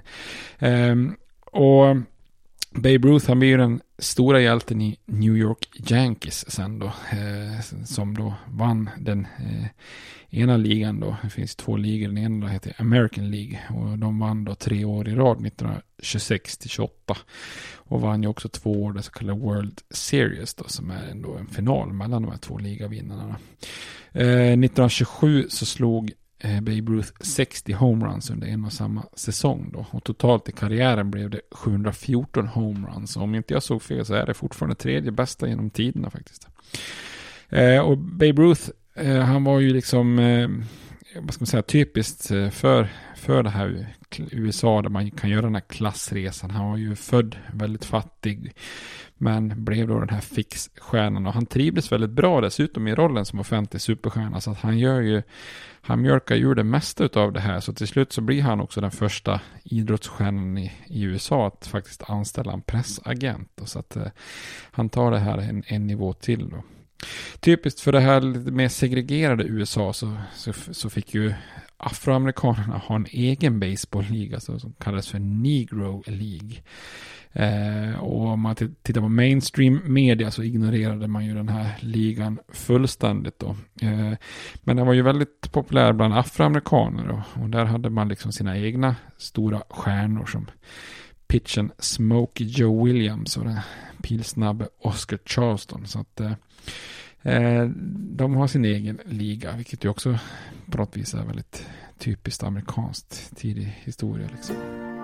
um, och Babe Ruth, han blir ju den stora hjälten i New York Yankees sen då. Eh, som då vann den eh, ena ligan då. Det finns två ligor. Den ena då heter American League. Och de vann då tre år i rad, nittonhundratjugosex till tjugoåtta. Och vann ju också två år det så kallade World Series då, som är ändå en final mellan de här två ligavinnarna. Eh, nittonhundratjugosju så slog eh, Babe Ruth sextio homeruns under en och samma säsong då. Och totalt i karriären blev det sjuhundrafjorton homeruns. Om inte jag såg fel så är det fortfarande tredje bästa genom tiderna faktiskt. Eh, och Babe Ruth, eh, han var ju liksom eh, vad ska man säga, typiskt för, för det här U S A där man kan göra den här klassresan. Han var ju född väldigt fattig men blev då den här fixstjärnan och han trivdes väldigt bra dessutom i rollen som offentlig superstjärna, så att han gör ju han mjölkar ju det mesta av det här, så till slut så blir han också den första idrottsstjärnan i, i U S A att faktiskt anställa en pressagent, och så att eh, han tar det här en, en nivå till då. Typiskt för det här lite mer segregerade U S A så, så, så fick ju afroamerikanerna har en egen baseballliga alltså, som kallas för Negro League. Eh, och om man t- tittar på mainstream media så ignorerade man ju den här ligan fullständigt då. Eh, men den var ju väldigt populär bland afroamerikaner då, och där hade man liksom sina egna stora stjärnor som pitchen Smokey Joe Williams och den pilsnabbe Oscar Charleston. Så att eh, de har sin egen liga, vilket ju också på något vis är väldigt typiskt amerikanskt tidig historia liksom.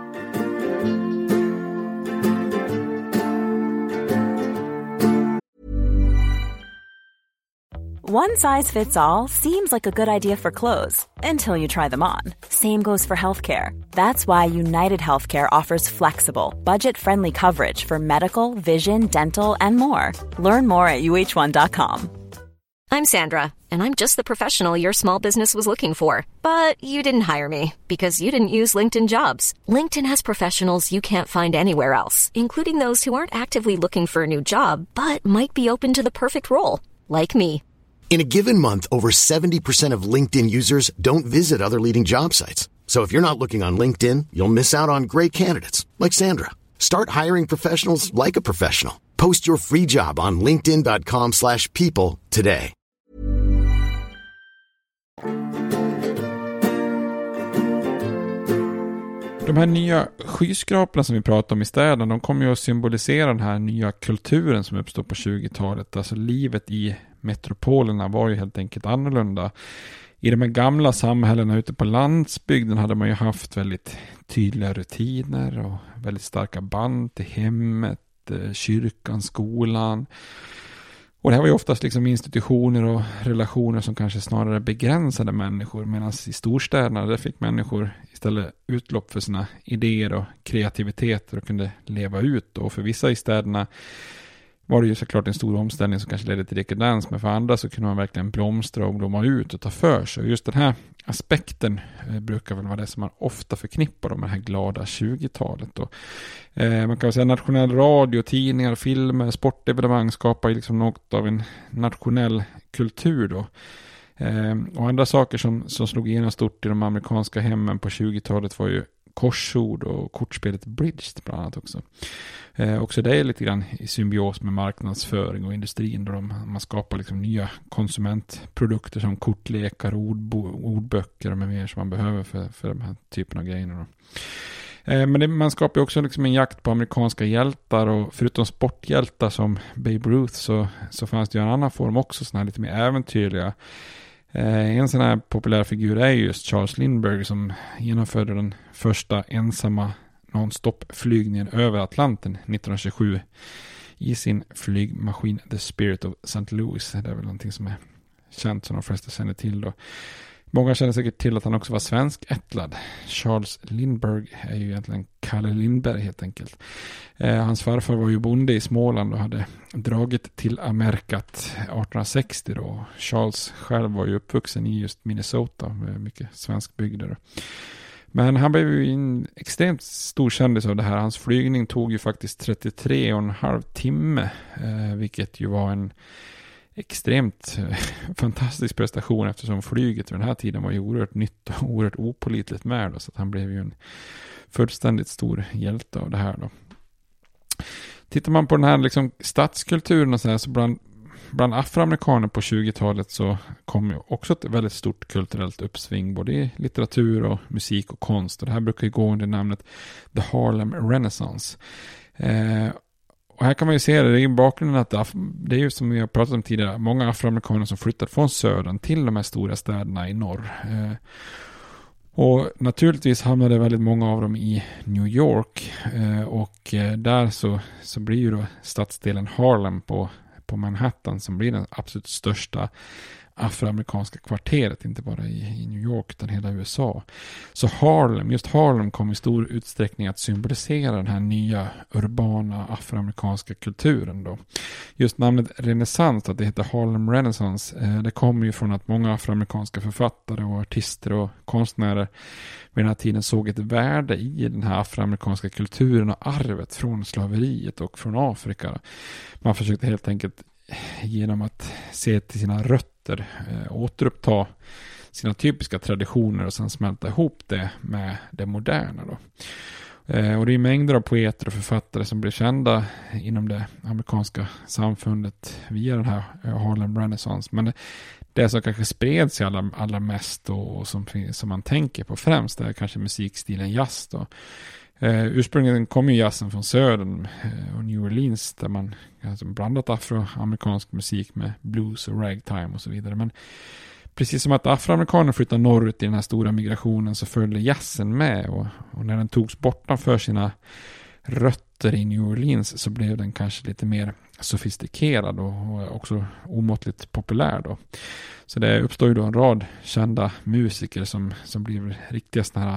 One size fits all seems like a good idea for clothes until you try them on. Same goes for healthcare. That's why United Healthcare offers flexible, budget-friendly coverage for medical, vision, dental, and more. Learn more at U H one dot com. I'm Sandra, and I'm just the professional your small business was looking for. But you didn't hire me because you didn't use LinkedIn Jobs. LinkedIn has professionals you can't find anywhere else, including those who aren't actively looking for a new job, but might be open to the perfect role, like me. In a given month, over seventy percent of LinkedIn users don't visit other leading job sites. So if you're not looking on LinkedIn, you'll miss out on great candidates like Sandra. Start hiring professionals like a professional. Post your free job on linkedin dot com slash people today. De här nya skyskraporna som vi pratar om i städerna, de kommer ju att symbolisera den här nya kulturen som uppstod på tjugotalet. Alltså livet i metropolerna var ju helt enkelt annorlunda. I de här gamla samhällena ute på landsbygden hade man ju haft väldigt tydliga rutiner och väldigt starka band till hemmet, kyrkan, skolan. Och det här var ju oftast liksom institutioner och relationer som kanske snarare begränsade människor, medan i storstäderna där fick människor istället utlopp för sina idéer och kreativiteter och kunde leva ut. Och för vissa i städerna var det ju såklart en stor omställning som kanske ledde till dekadens, men för andra så kunde man verkligen blomstra och blomma ut och ta för sig. Och just den här aspekten eh, brukar väl vara det som man ofta förknippar med det här glada tjugotalet. Och, eh, man kan väl säga nationell radio, tidningar, filmer, sportevenemang skapar ju liksom något av en nationell kultur då. Eh, och andra saker som, som slog igenom stort i de amerikanska hemmen på tjugotalet var ju korsord och kortspelet Bridge bland annat också. Eh, också det är lite grann i symbios med marknadsföring och industrin då de, man skapar liksom nya konsumentprodukter som kortlekar, ordbo, ordböcker och med mer som man behöver för, för de här typen av grejerna då. Eh, men det, man skapar också liksom en jakt på amerikanska hjältar, och förutom sporthjältar som Babe Ruth så, så fanns det ju en annan form också, såna här lite mer äventyrliga. Eh, en sån här populär figur är just Charles Lindbergh som genomförde den första ensamma non-stop-flygningen över Atlanten nittonhundratjugosju i sin flygmaskin The Spirit of Saint Louis. Det är väl någonting som är känt som de flesta känner till då. Många känner säkert till att han också var svensk ättlad. Charles Lindbergh är ju egentligen Kalle Lindbergh helt enkelt. Eh, hans farfar var ju bonde i Småland och hade dragit till Amerikat artonhundrasextio då. Charles själv var ju uppvuxen i just Minnesota med mycket svensk bygder. Men han blev ju en extremt stor kändis av det här. Hans flygning tog ju faktiskt trettiotre och en halv timme, eh, vilket ju var en extremt eh, fantastisk prestation, eftersom flyget vid den här tiden var ju oerhört nytt och oerhört opålitligt med då, så att han blev ju en fullständigt stor hjälte av det här då. Tittar man på den här liksom stadskulturen och så här, så bland Bland afroamerikaner på tjugotalet så kom ju också ett väldigt stort kulturellt uppsving både i litteratur och musik och konst. Och det här brukar ju gå under namnet The Harlem Renaissance. Eh, och här kan man ju se det, det är ju bakgrunden att det är ju som vi har pratat om tidigare, många afroamerikaner som flyttat från södern till de här stora städerna i norr. Eh, och naturligtvis hamnade väldigt många av dem i New York. Eh, och eh, där så, så blir ju då stadsdelen Harlem på på Manhattan som blir den absolut största afroamerikanska kvarteret, inte bara i, i New York utan hela U S A. Så Harlem, just Harlem kom i stor utsträckning att symbolisera den här nya urbana afroamerikanska kulturen då. Just namnet renässans, att det heter Harlem Renaissance, eh, det kommer ju från att många afroamerikanska författare och artister och konstnärer vid den här tiden såg ett värde i den här afroamerikanska kulturen och arvet från slaveriet och från Afrika. Man försökte helt enkelt genom att se till sina rötter eh, återuppta sina typiska traditioner och sen smälta ihop det med det moderna då. Eh, och det är mängder av poeter och författare som blir kända inom det amerikanska samfundet via den här Harlem Renaissance. Men det, det som kanske spred sig allra, allra mest och, och som, som man tänker på främst är kanske musikstilen jazz då. Eh, ursprungligen kom ju jazzen från södern eh, och New Orleans där man alltså blandat afroamerikansk musik med blues och ragtime och så vidare. Men precis som att afroamerikaner flyttade norrut i den här stora migrationen så följde jazzen med och, och när den togs bortanför sina rötter i New Orleans så blev den kanske lite mer sofistikerad och, och också omåttligt populär då. Så det uppstår ju då en rad kända musiker som, som blir riktiga sådana här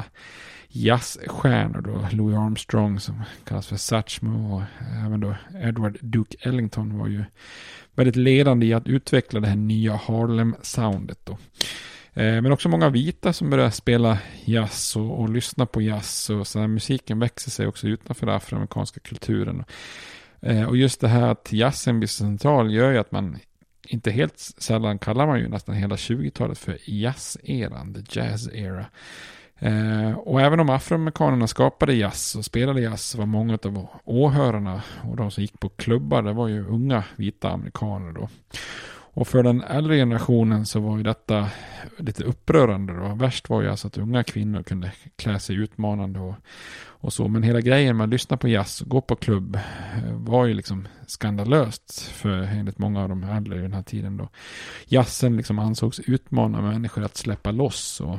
jazzstjärnor då. Louis Armstrong som kallas för Satchmo och även då Edward Duke Ellington var ju väldigt ledande i att utveckla det här nya Harlem-soundet då. Eh, men också många vita som börjar spela jazz och, och lyssna på jazz och så här, musiken växer sig också utanför den afroamerikanska kulturen. Eh, och just det här att jazzen blir central gör ju att man inte helt sällan kallar man ju nästan hela tjugotalet för jazz-eran, the jazz-era. Eh, och även om afroamerikanerna skapade jazz och spelade jazz var många av åhörarna och de som gick på klubbar, det var ju unga vita amerikaner då. Och för den äldre generationen så var ju detta lite upprörande då. Värst var ju alltså att unga kvinnor kunde klä sig utmanande och, och så. Men hela grejen med att lyssna på jazz och gå på klubb var ju liksom skandalöst för enligt många av de äldre i den här tiden då. Jazzen liksom ansågs utmana människor att släppa loss och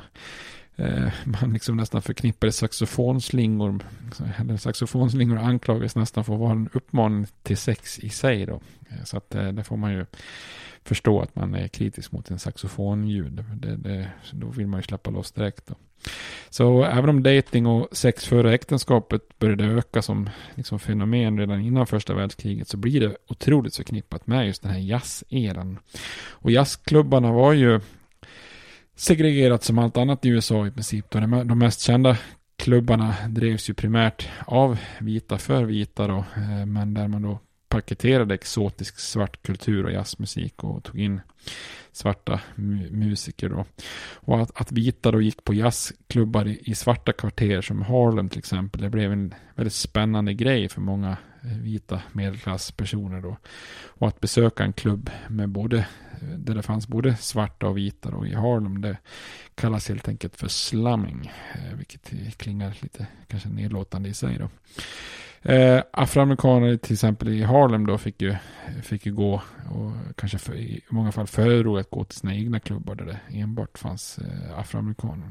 eh, man liksom nästan förknippade saxofonslingor eller saxofonslingor anklagades nästan för att vara en uppmaning till sex i sig då. Så att eh, det får man ju förstå att man är kritisk mot en saxofonljud. Det, det, då vill man ju släppa loss direkt då. Så även om dating och sex före äktenskapet började öka som liksom fenomen redan innan första världskriget så blir det otroligt förknippat med just den här jazz-eran. Och jazzklubbarna var ju segregerat som allt annat i U S A i princip. Då. De mest kända klubbarna drevs ju primärt av vita för vita då, men där man då paketerade exotisk svart kultur och jazzmusik och tog in svarta mu- musiker då. Och att, att vita då gick på jazzklubbar i, i svarta kvarter som Harlem till exempel, det blev en väldigt spännande grej för många vita medelklasspersoner då. Och att besöka en klubb med både, där det fanns både svarta och vita då i Harlem, det kallas helt enkelt för slumming, vilket klingar lite kanske nedlåtande i sig då. Eh, afroamerikaner till exempel i Harlem då fick ju, fick ju gå och kanske för, i många fall föredrog att gå till sina egna klubbar där det enbart fanns eh, afroamerikaner.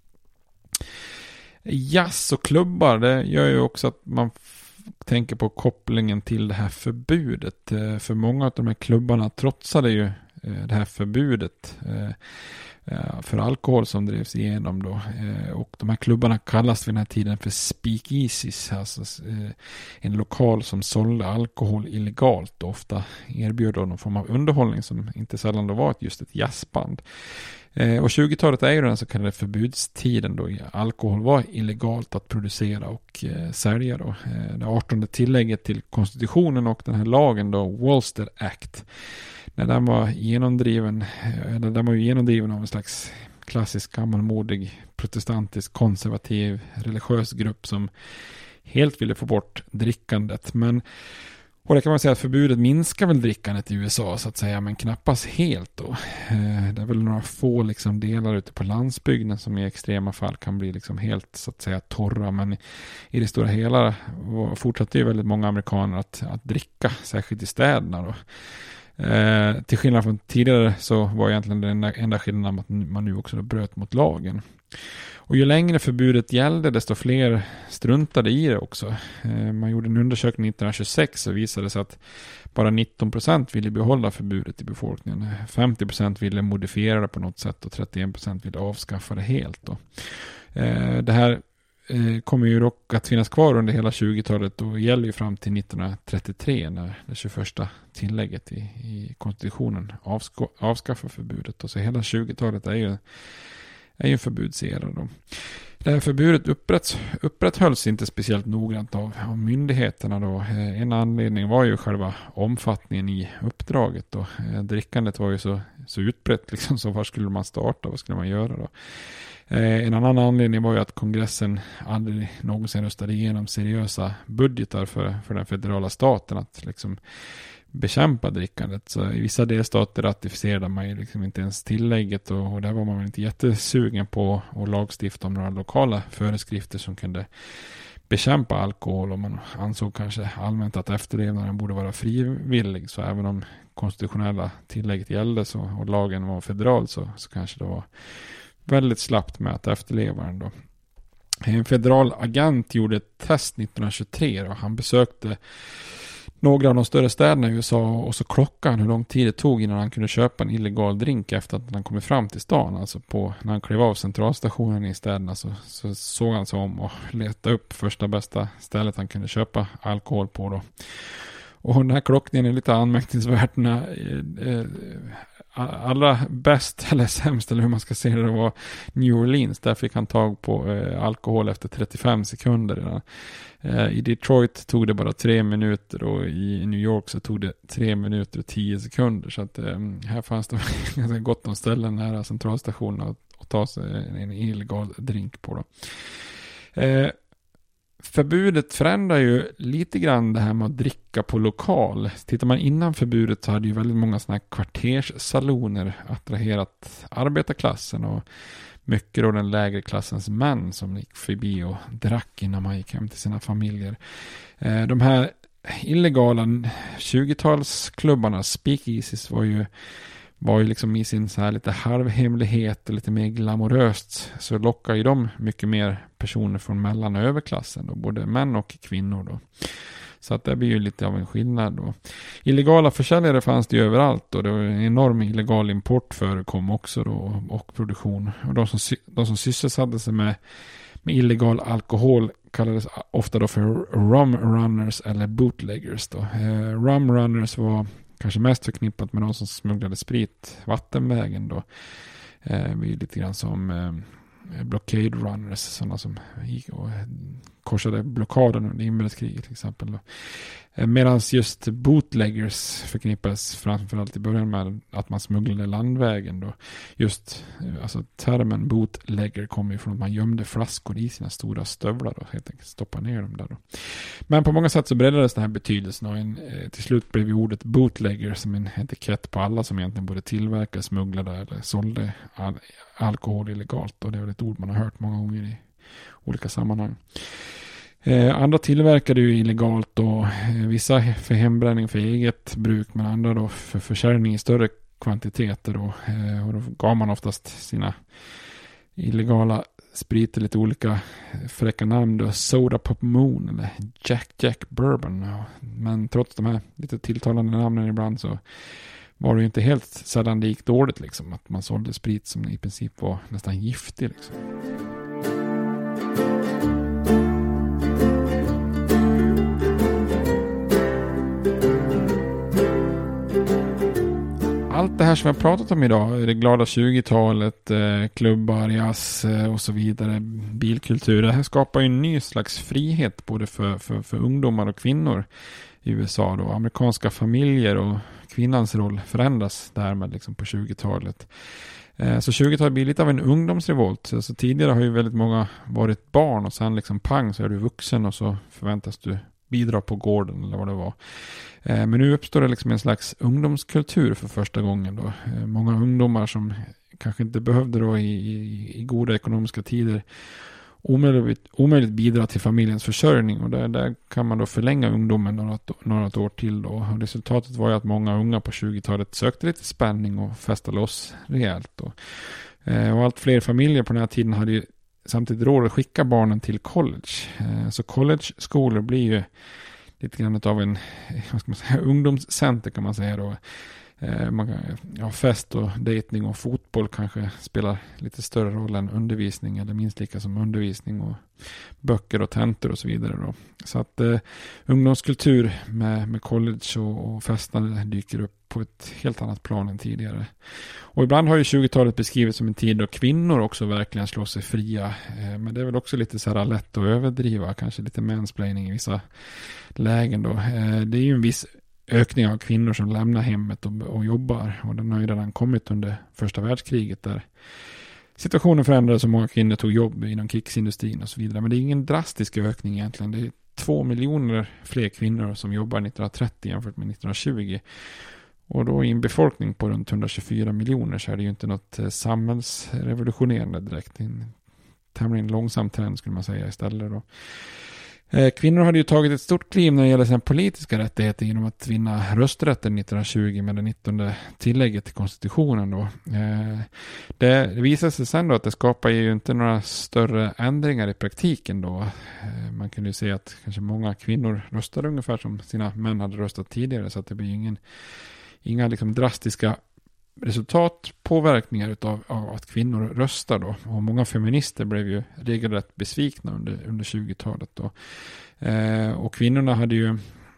Jazz och klubbar, det gör ju också att man f- tänker på kopplingen till det här förbudet. Eh, för många av de här klubbarna trotsade ju eh, det här förbudet eh, för alkohol som drevs igenom då. Och de här klubbarna kallas vid den här tiden för speakeasies, alltså en lokal som sålde alkohol illegalt och ofta erbjöd någon form av underhållning som inte sällan då var just ett jazzband. Och tjugotalet är ju den så kallade förbudstiden då alkohol var illegalt att producera och sälja då. Det artonde tillägget till konstitutionen och den här lagen då, Volstead Act, när den var genomdriven, eller den var ju genomdriven av en slags klassisk gammalmodig protestantisk konservativ religiös grupp som helt ville få bort drickandet. Men och det kan man säga att förbudet minskar väl drickandet i U S A så att säga, men knappast helt då. Det är väl några få liksom delar ute på landsbygden som i extrema fall kan bli liksom helt så att säga torra, men i det stora hela fortsatte ju väldigt många amerikaner att, att dricka, särskilt i städerna då. Eh, till skillnad från tidigare så var egentligen den enda, enda skillnaden att man nu också bröt mot lagen. Och ju längre förbudet gällde desto fler struntade i det också. Eh, man gjorde en undersökning nittonhundratjugosex och visade sig att bara nitton procent ville behålla förbudet i befolkningen. femtio procent ville modifiera det på något sätt och trettioen procent ville avskaffa det helt då. Eh, det här kommer ju dock att finnas kvar under hela tjugotalet och gäller ju fram till nittonhundratrettiotre när det tjugoförsta tillägget i, i konstitutionen avsk- avskaffar förbudet. Och så hela tjugotalet är ju, är ju en förbudsera då. Det här förbudet upprätt, upprätthölls inte speciellt noggrant av, av myndigheterna då. En anledning var ju själva omfattningen i uppdraget då. Drickandet var ju så, så utbrett liksom, så var skulle man starta, vad skulle man göra då? En annan anledning var ju att kongressen aldrig någonsin röstade igenom seriösa budgetar för, för den federala staten att liksom bekämpa drickandet. Så i vissa delstater ratificerade man ju liksom inte ens tillägget och, och där var man väl inte jättesugen på att lagstifta om några lokala föreskrifter som kunde bekämpa alkohol, och man ansåg kanske allmänt att efterlevnaden borde vara frivillig, så även om konstitutionella tillägget gällde så, och lagen var federal så, så kanske det var väldigt slappt med att efterleva den då. En federal agent gjorde ett test nittonhundratjugotre och han besökte några av de större städerna i U S A och så klockade han hur lång tid det tog innan han kunde köpa en illegal drink efter att han kommit fram till stan. Alltså på, när han klev av centralstationen i städerna så, så såg han sig om och letade upp första bästa stället han kunde köpa alkohol på då. Och den här klockningen är lite anmärkningsvärt när eh, allra bäst eller sämst eller hur man ska se det var New Orleans. Där fick han tag på eh, alkohol efter trettiofem sekunder redan. Eh, I Detroit tog det bara tre minuter och i New York så tog det tre minuter och tio sekunder. Så att eh, här fanns det ganska gott om ställen nära centralstationen att, att ta sig en, en illegal drink på då. Eh, Förbudet förändrar ju lite grann det här med att dricka på lokal. Tittar man innan förbudet så hade ju väldigt många sådana här kvarterssaloner attraherat arbetarklassen och mycket av den lägre klassens män som gick förbi och drack innan man gick hem till sina familjer. De här illegala tjugotalsklubbarna, speakeasies, var ju var ju liksom i sin så här lite halvhemlighet och lite mer glamoröst, så lockar ju de mycket mer personer från mellan- och överklassen då, både män och kvinnor då. Så att det blir ju lite av en skillnad då. Illegala försäljare fanns det ju överallt och det var en enorm illegal import förekom också då, och produktion. Och de som, de som sysselsatte sig med, med illegal alkohol kallades ofta då för rum runners eller bootleggers då. Eh, rum runners var kanske mest förknippat med de som smugglade sprit vattenvägen då. Eh, vi är lite grann som eh, blockade runners, sådana som gick och korsade blockaden under inbördeskriget till exempel. Eh, Medan just bootleggers förknippades framförallt i början med att man smugglade landvägen då. Just eh, alltså termen bootlegger kommer ju från att man gömde flaskor i sina stora stövlar och helt enkelt stoppade ner dem där då. Men på många sätt så breddades den här betydelsen och en, eh, till slut blev ju ordet bootlegger som en etikett på alla som egentligen både tillverkade, smugglade eller sålde all, alkohol illegalt, och det är väl ett ord man har hört många gånger i olika sammanhang. Eh, andra tillverkade ju illegalt och eh, vissa för hembränning för eget bruk, men andra då för försäljning i större kvantiteter då, eh, och då gav man oftast sina illegala spriter lite olika fräcka namn då, Soda Pop Moon eller Jack Jack Bourbon. Men trots de här lite tilltalande namnen ibland så var det ju inte helt sällan det gick dåligt liksom, att man sålde sprit som i princip var nästan giftig liksom. Allt det här som vi har pratat om idag, det glada tjugotalet, eh, klubbar, jazz eh, och så vidare, bilkultur, det här skapar ju en ny slags frihet både för, för, för ungdomar och kvinnor i U S A då. Amerikanska familjer och kvinnans roll förändras därmed liksom på tjugotalet. Eh, så tjugotalet blir lite av en ungdomsrevolt. Så alltså, tidigare har ju väldigt många varit barn och sen liksom pang så är du vuxen och så förväntas du bidra på gården eller vad det var. Eh, men nu uppstår det liksom en slags ungdomskultur för första gången då. Eh, många ungdomar som kanske inte behövde då i, i, i goda ekonomiska tider omöjligt, omöjligt bidra till familjens försörjning, och där, där kan man då förlänga ungdomen några, några år till då. Och resultatet var ju att många unga på tjugotalet sökte lite spänning och fästa loss rejält då. Eh, och allt fler familjer på den här tiden hade ju samtidigt råd att skicka barnen till college. Eh, så college-skolor blir ju lite grann av en, vad ska man säga, ungdomscenter kan man säga då. eh, man kan, ja, fest och dating och fotboll kanske spelar lite större roll än undervisning, eller minst lika som undervisning, och böcker och tentor och så vidare då. Så att eh, ungdomskultur med, med college och, och festande dyker upp på ett helt annat plan än tidigare. Och ibland har ju tjugotalet beskrivits som en tid då kvinnor också verkligen slår sig fria. Eh, men det är väl också lite så här lätt att överdriva, kanske lite mansplaining i vissa lägen då. Eh, det är ju en viss ökning av kvinnor som lämnar hemmet och, och jobbar, och den har ju redan kommit under första världskriget där situationen förändrades och många kvinnor tog jobb inom krigsindustrin och så vidare. Men det är ingen drastisk ökning egentligen. Det är två miljoner fler kvinnor som jobbar nittonhundratrettio jämfört med nittonhundratjugo. Och då i en befolkning på runt hundratjugofyra miljoner så är det ju inte något samhällsrevolutionerande direkt. En tämligen långsam trend skulle man säga istället då. Kvinnor hade ju tagit ett stort kliv när det gäller sina politiska rättigheter genom att vinna rösträtten nittonhundratjugo med det nittonde tillägget till konstitutionen då. Det visade sig sen då att det skapar ju inte några större ändringar i praktiken då. Man kunde ju se att kanske många kvinnor röstade ungefär som sina män hade röstat tidigare, så att det blir ingen, inga liksom drastiska resultatpåverkningar utav av att kvinnor röstar då. Och många feminister blev ju regelrätt besvikna under, under tjugotalet då. Eh, och kvinnorna hade ju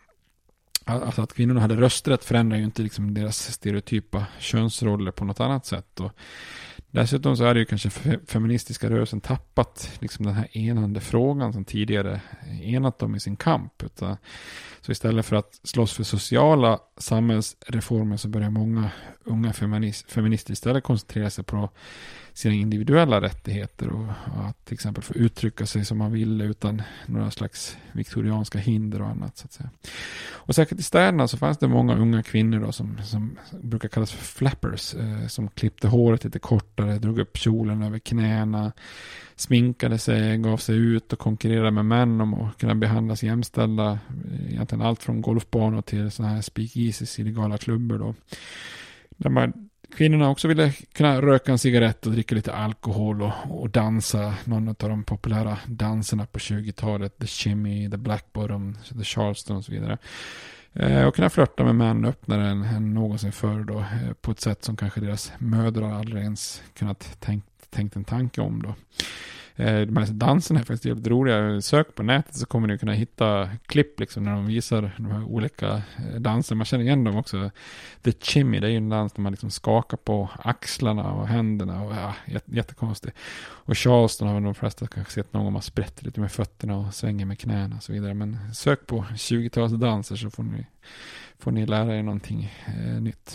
alltså att kvinnorna hade rösträtt förändrar ju inte liksom deras stereotypa könsroller på något annat sätt då. Dessutom så är det ju kanske feministiska rörelsen tappat liksom den här enande frågan som tidigare enat dem i sin kamp. Utan, så istället för att slåss för sociala samhällsreformer så börjar många unga feminist, feminister istället koncentrera sig på sina individuella rättigheter och att till exempel få uttrycka sig som man vill utan några slags viktorianska hinder och annat så att säga. Och säkert i städerna så fanns det många unga kvinnor då som, som brukar kallas för flappers, eh, som klippte håret lite kortare, drog upp kjolen över knäna, sminkade sig, gav sig ut och konkurrerade med män om att kunna behandlas jämställda, egentligen allt från golfbanor till sådana här speakeasies, illegala klubbor då. Där man kvinnorna också ville kunna röka en cigarett och dricka lite alkohol och, och dansa någon av de populära danserna på tjugotalet, the shimmy, the black bottom, the charleston och så vidare. Eh, och kunna flirta med män öppnare än, än någonsin förr då, eh, på ett sätt som kanske deras mödrar aldrig ens kunnat tänkt, tänkt en tanke om då. De här danserna är faktiskt jävligt roliga. Sök på nätet så kommer ni kunna hitta klipp liksom när de visar de här olika danser. Man känner igen dem också. The Chimmy, det är ju en dans där man liksom skakar på axlarna och händerna och ja, jättekonstigt. Och Charleston har de flesta kanske sett någon gång man sprätter lite med fötterna och svänger med knäna och så vidare. Men sök på tjugotals danser så får ni, får ni lära er någonting eh, nytt.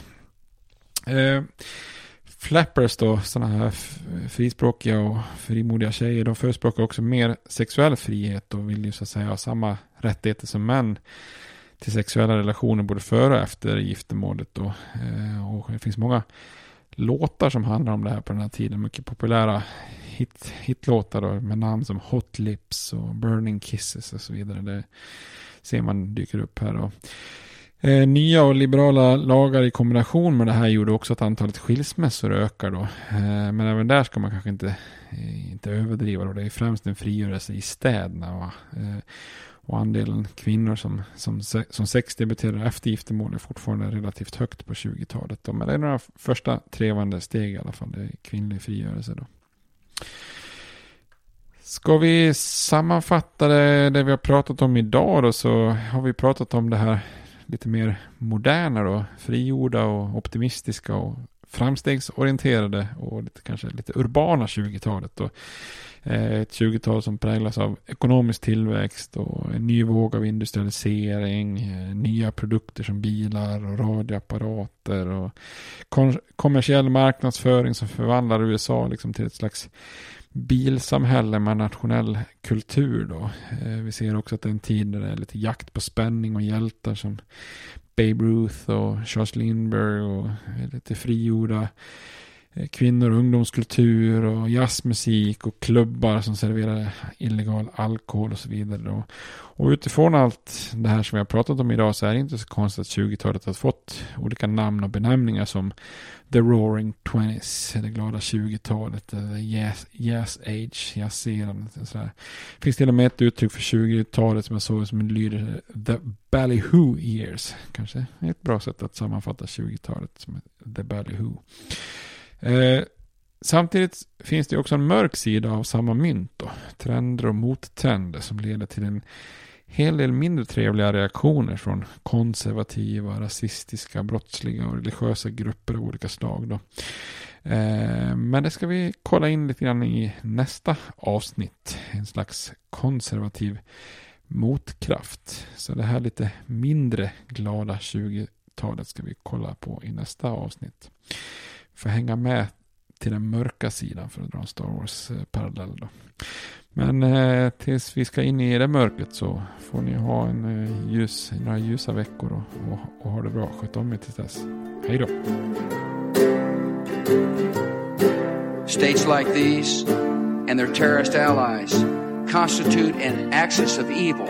Eh, Flappers då, sådana här frispråkiga och frimodiga tjejer, de förespråkar också mer sexuell frihet och vill ju så att säga ha samma rättigheter som män till sexuella relationer både före och efter giftermålet då. Och det finns många låtar som handlar om det här på den här tiden, mycket populära hit, hitlåtar då, med namn som Hot Lips och Burning Kisses och så vidare. Det ser man dyker upp här då. Eh, nya och liberala lagar i kombination med det här gjorde också att antalet skilsmässor ökar då. Eh, men även där ska man kanske inte, eh, inte överdriva då. Det är främst en frigörelse i städerna. Va? Eh, och andelen kvinnor som, som, som sexdebuterar efter giftermål är fortfarande relativt högt på tjugotalet då. Men det är några första trevande steg i alla fall. Det är kvinnlig frigörelse då. Ska vi sammanfatta det, det vi har pratat om idag då, så har vi pratat om det här lite mer moderna då, frigjorda och optimistiska och framstegsorienterade och lite, kanske lite urbana tjugotalet då. Ett tjugotal som präglas av ekonomisk tillväxt och en ny våg av industrialisering, nya produkter som bilar och radioapparater och kom- kommersiell marknadsföring som förvandlar U S A liksom till ett slags bilsamhälle med nationell kultur då. Vi ser också att det är en tid där det är lite jakt på spänning och hjältar som Babe Ruth och Charles Lindbergh och lite frigjorda kvinnor- och ungdomskultur och jazzmusik och klubbar som serverar illegal alkohol och så vidare då. Och utifrån allt det här som vi har pratat om idag så är det inte så konstigt att tjugotalet har fått olika namn och benämningar som The Roaring Twenties, det glada tjugotalet, eller Jazz, jazz Age, jazzeran. Det finns till och med ett uttryck för tjugotalet som jag såg som lyder The Ballyhoo Years. Kanske ett bra sätt att sammanfatta tjugotalet som The Ballyhoo. Eh, samtidigt finns det också en mörk sida av samma mynt då. Trender och mottrender som leder till en hel del mindre trevliga reaktioner från konservativa, rasistiska, brottsliga och religiösa grupper av olika slag då. Eh, men det ska vi kolla in lite grann i nästa avsnitt. En slags konservativ motkraft. Så det här lite mindre glada tjugotalet ska vi kolla på i nästa avsnitt. För hänga med till den mörka sidan för att dra en Star Wars-parallell då. Men eh, tills vi ska in i det mörkret så får ni ha en eh, ljus, några ljusa veckor och, och, och ha det bra. Sköt om er tills dess. Hej då! States like these and their terrorist allies constitute an axis of evil.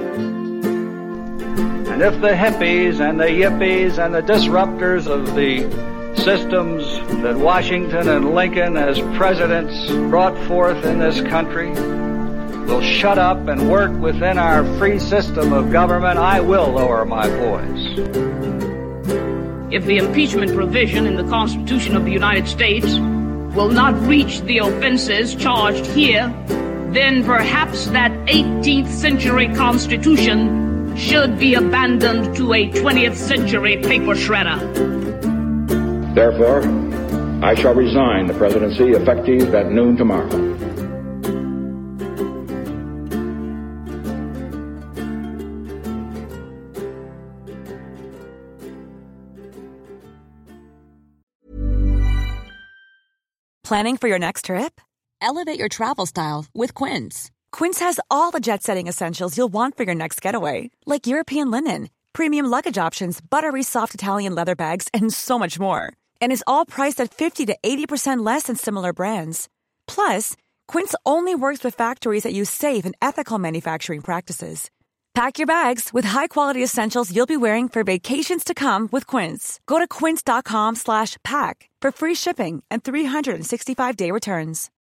And if the hippies and the yippies and the disruptors of the systems that Washington and Lincoln as presidents brought forth in this country will shut up and work within our free system of government, I will lower my voice. If the impeachment provision in the Constitution of the United States will not reach the offenses charged here, then perhaps that eighteenth century Constitution should be abandoned to a twentieth century paper shredder. Therefore, I shall resign the presidency effective at noon tomorrow. Planning for your next trip? Elevate your travel style with Quince. Quince has all the jet-setting essentials you'll want for your next getaway, like European linen, premium luggage options, buttery soft Italian leather bags, and so much more. And is all priced at fifty to eighty percent less than similar brands. Plus, Quince only works with factories that use safe and ethical manufacturing practices. Pack your bags with high-quality essentials you'll be wearing for vacations to come with Quince. Go to quince dot com slash pack for free shipping and three sixty-five day returns.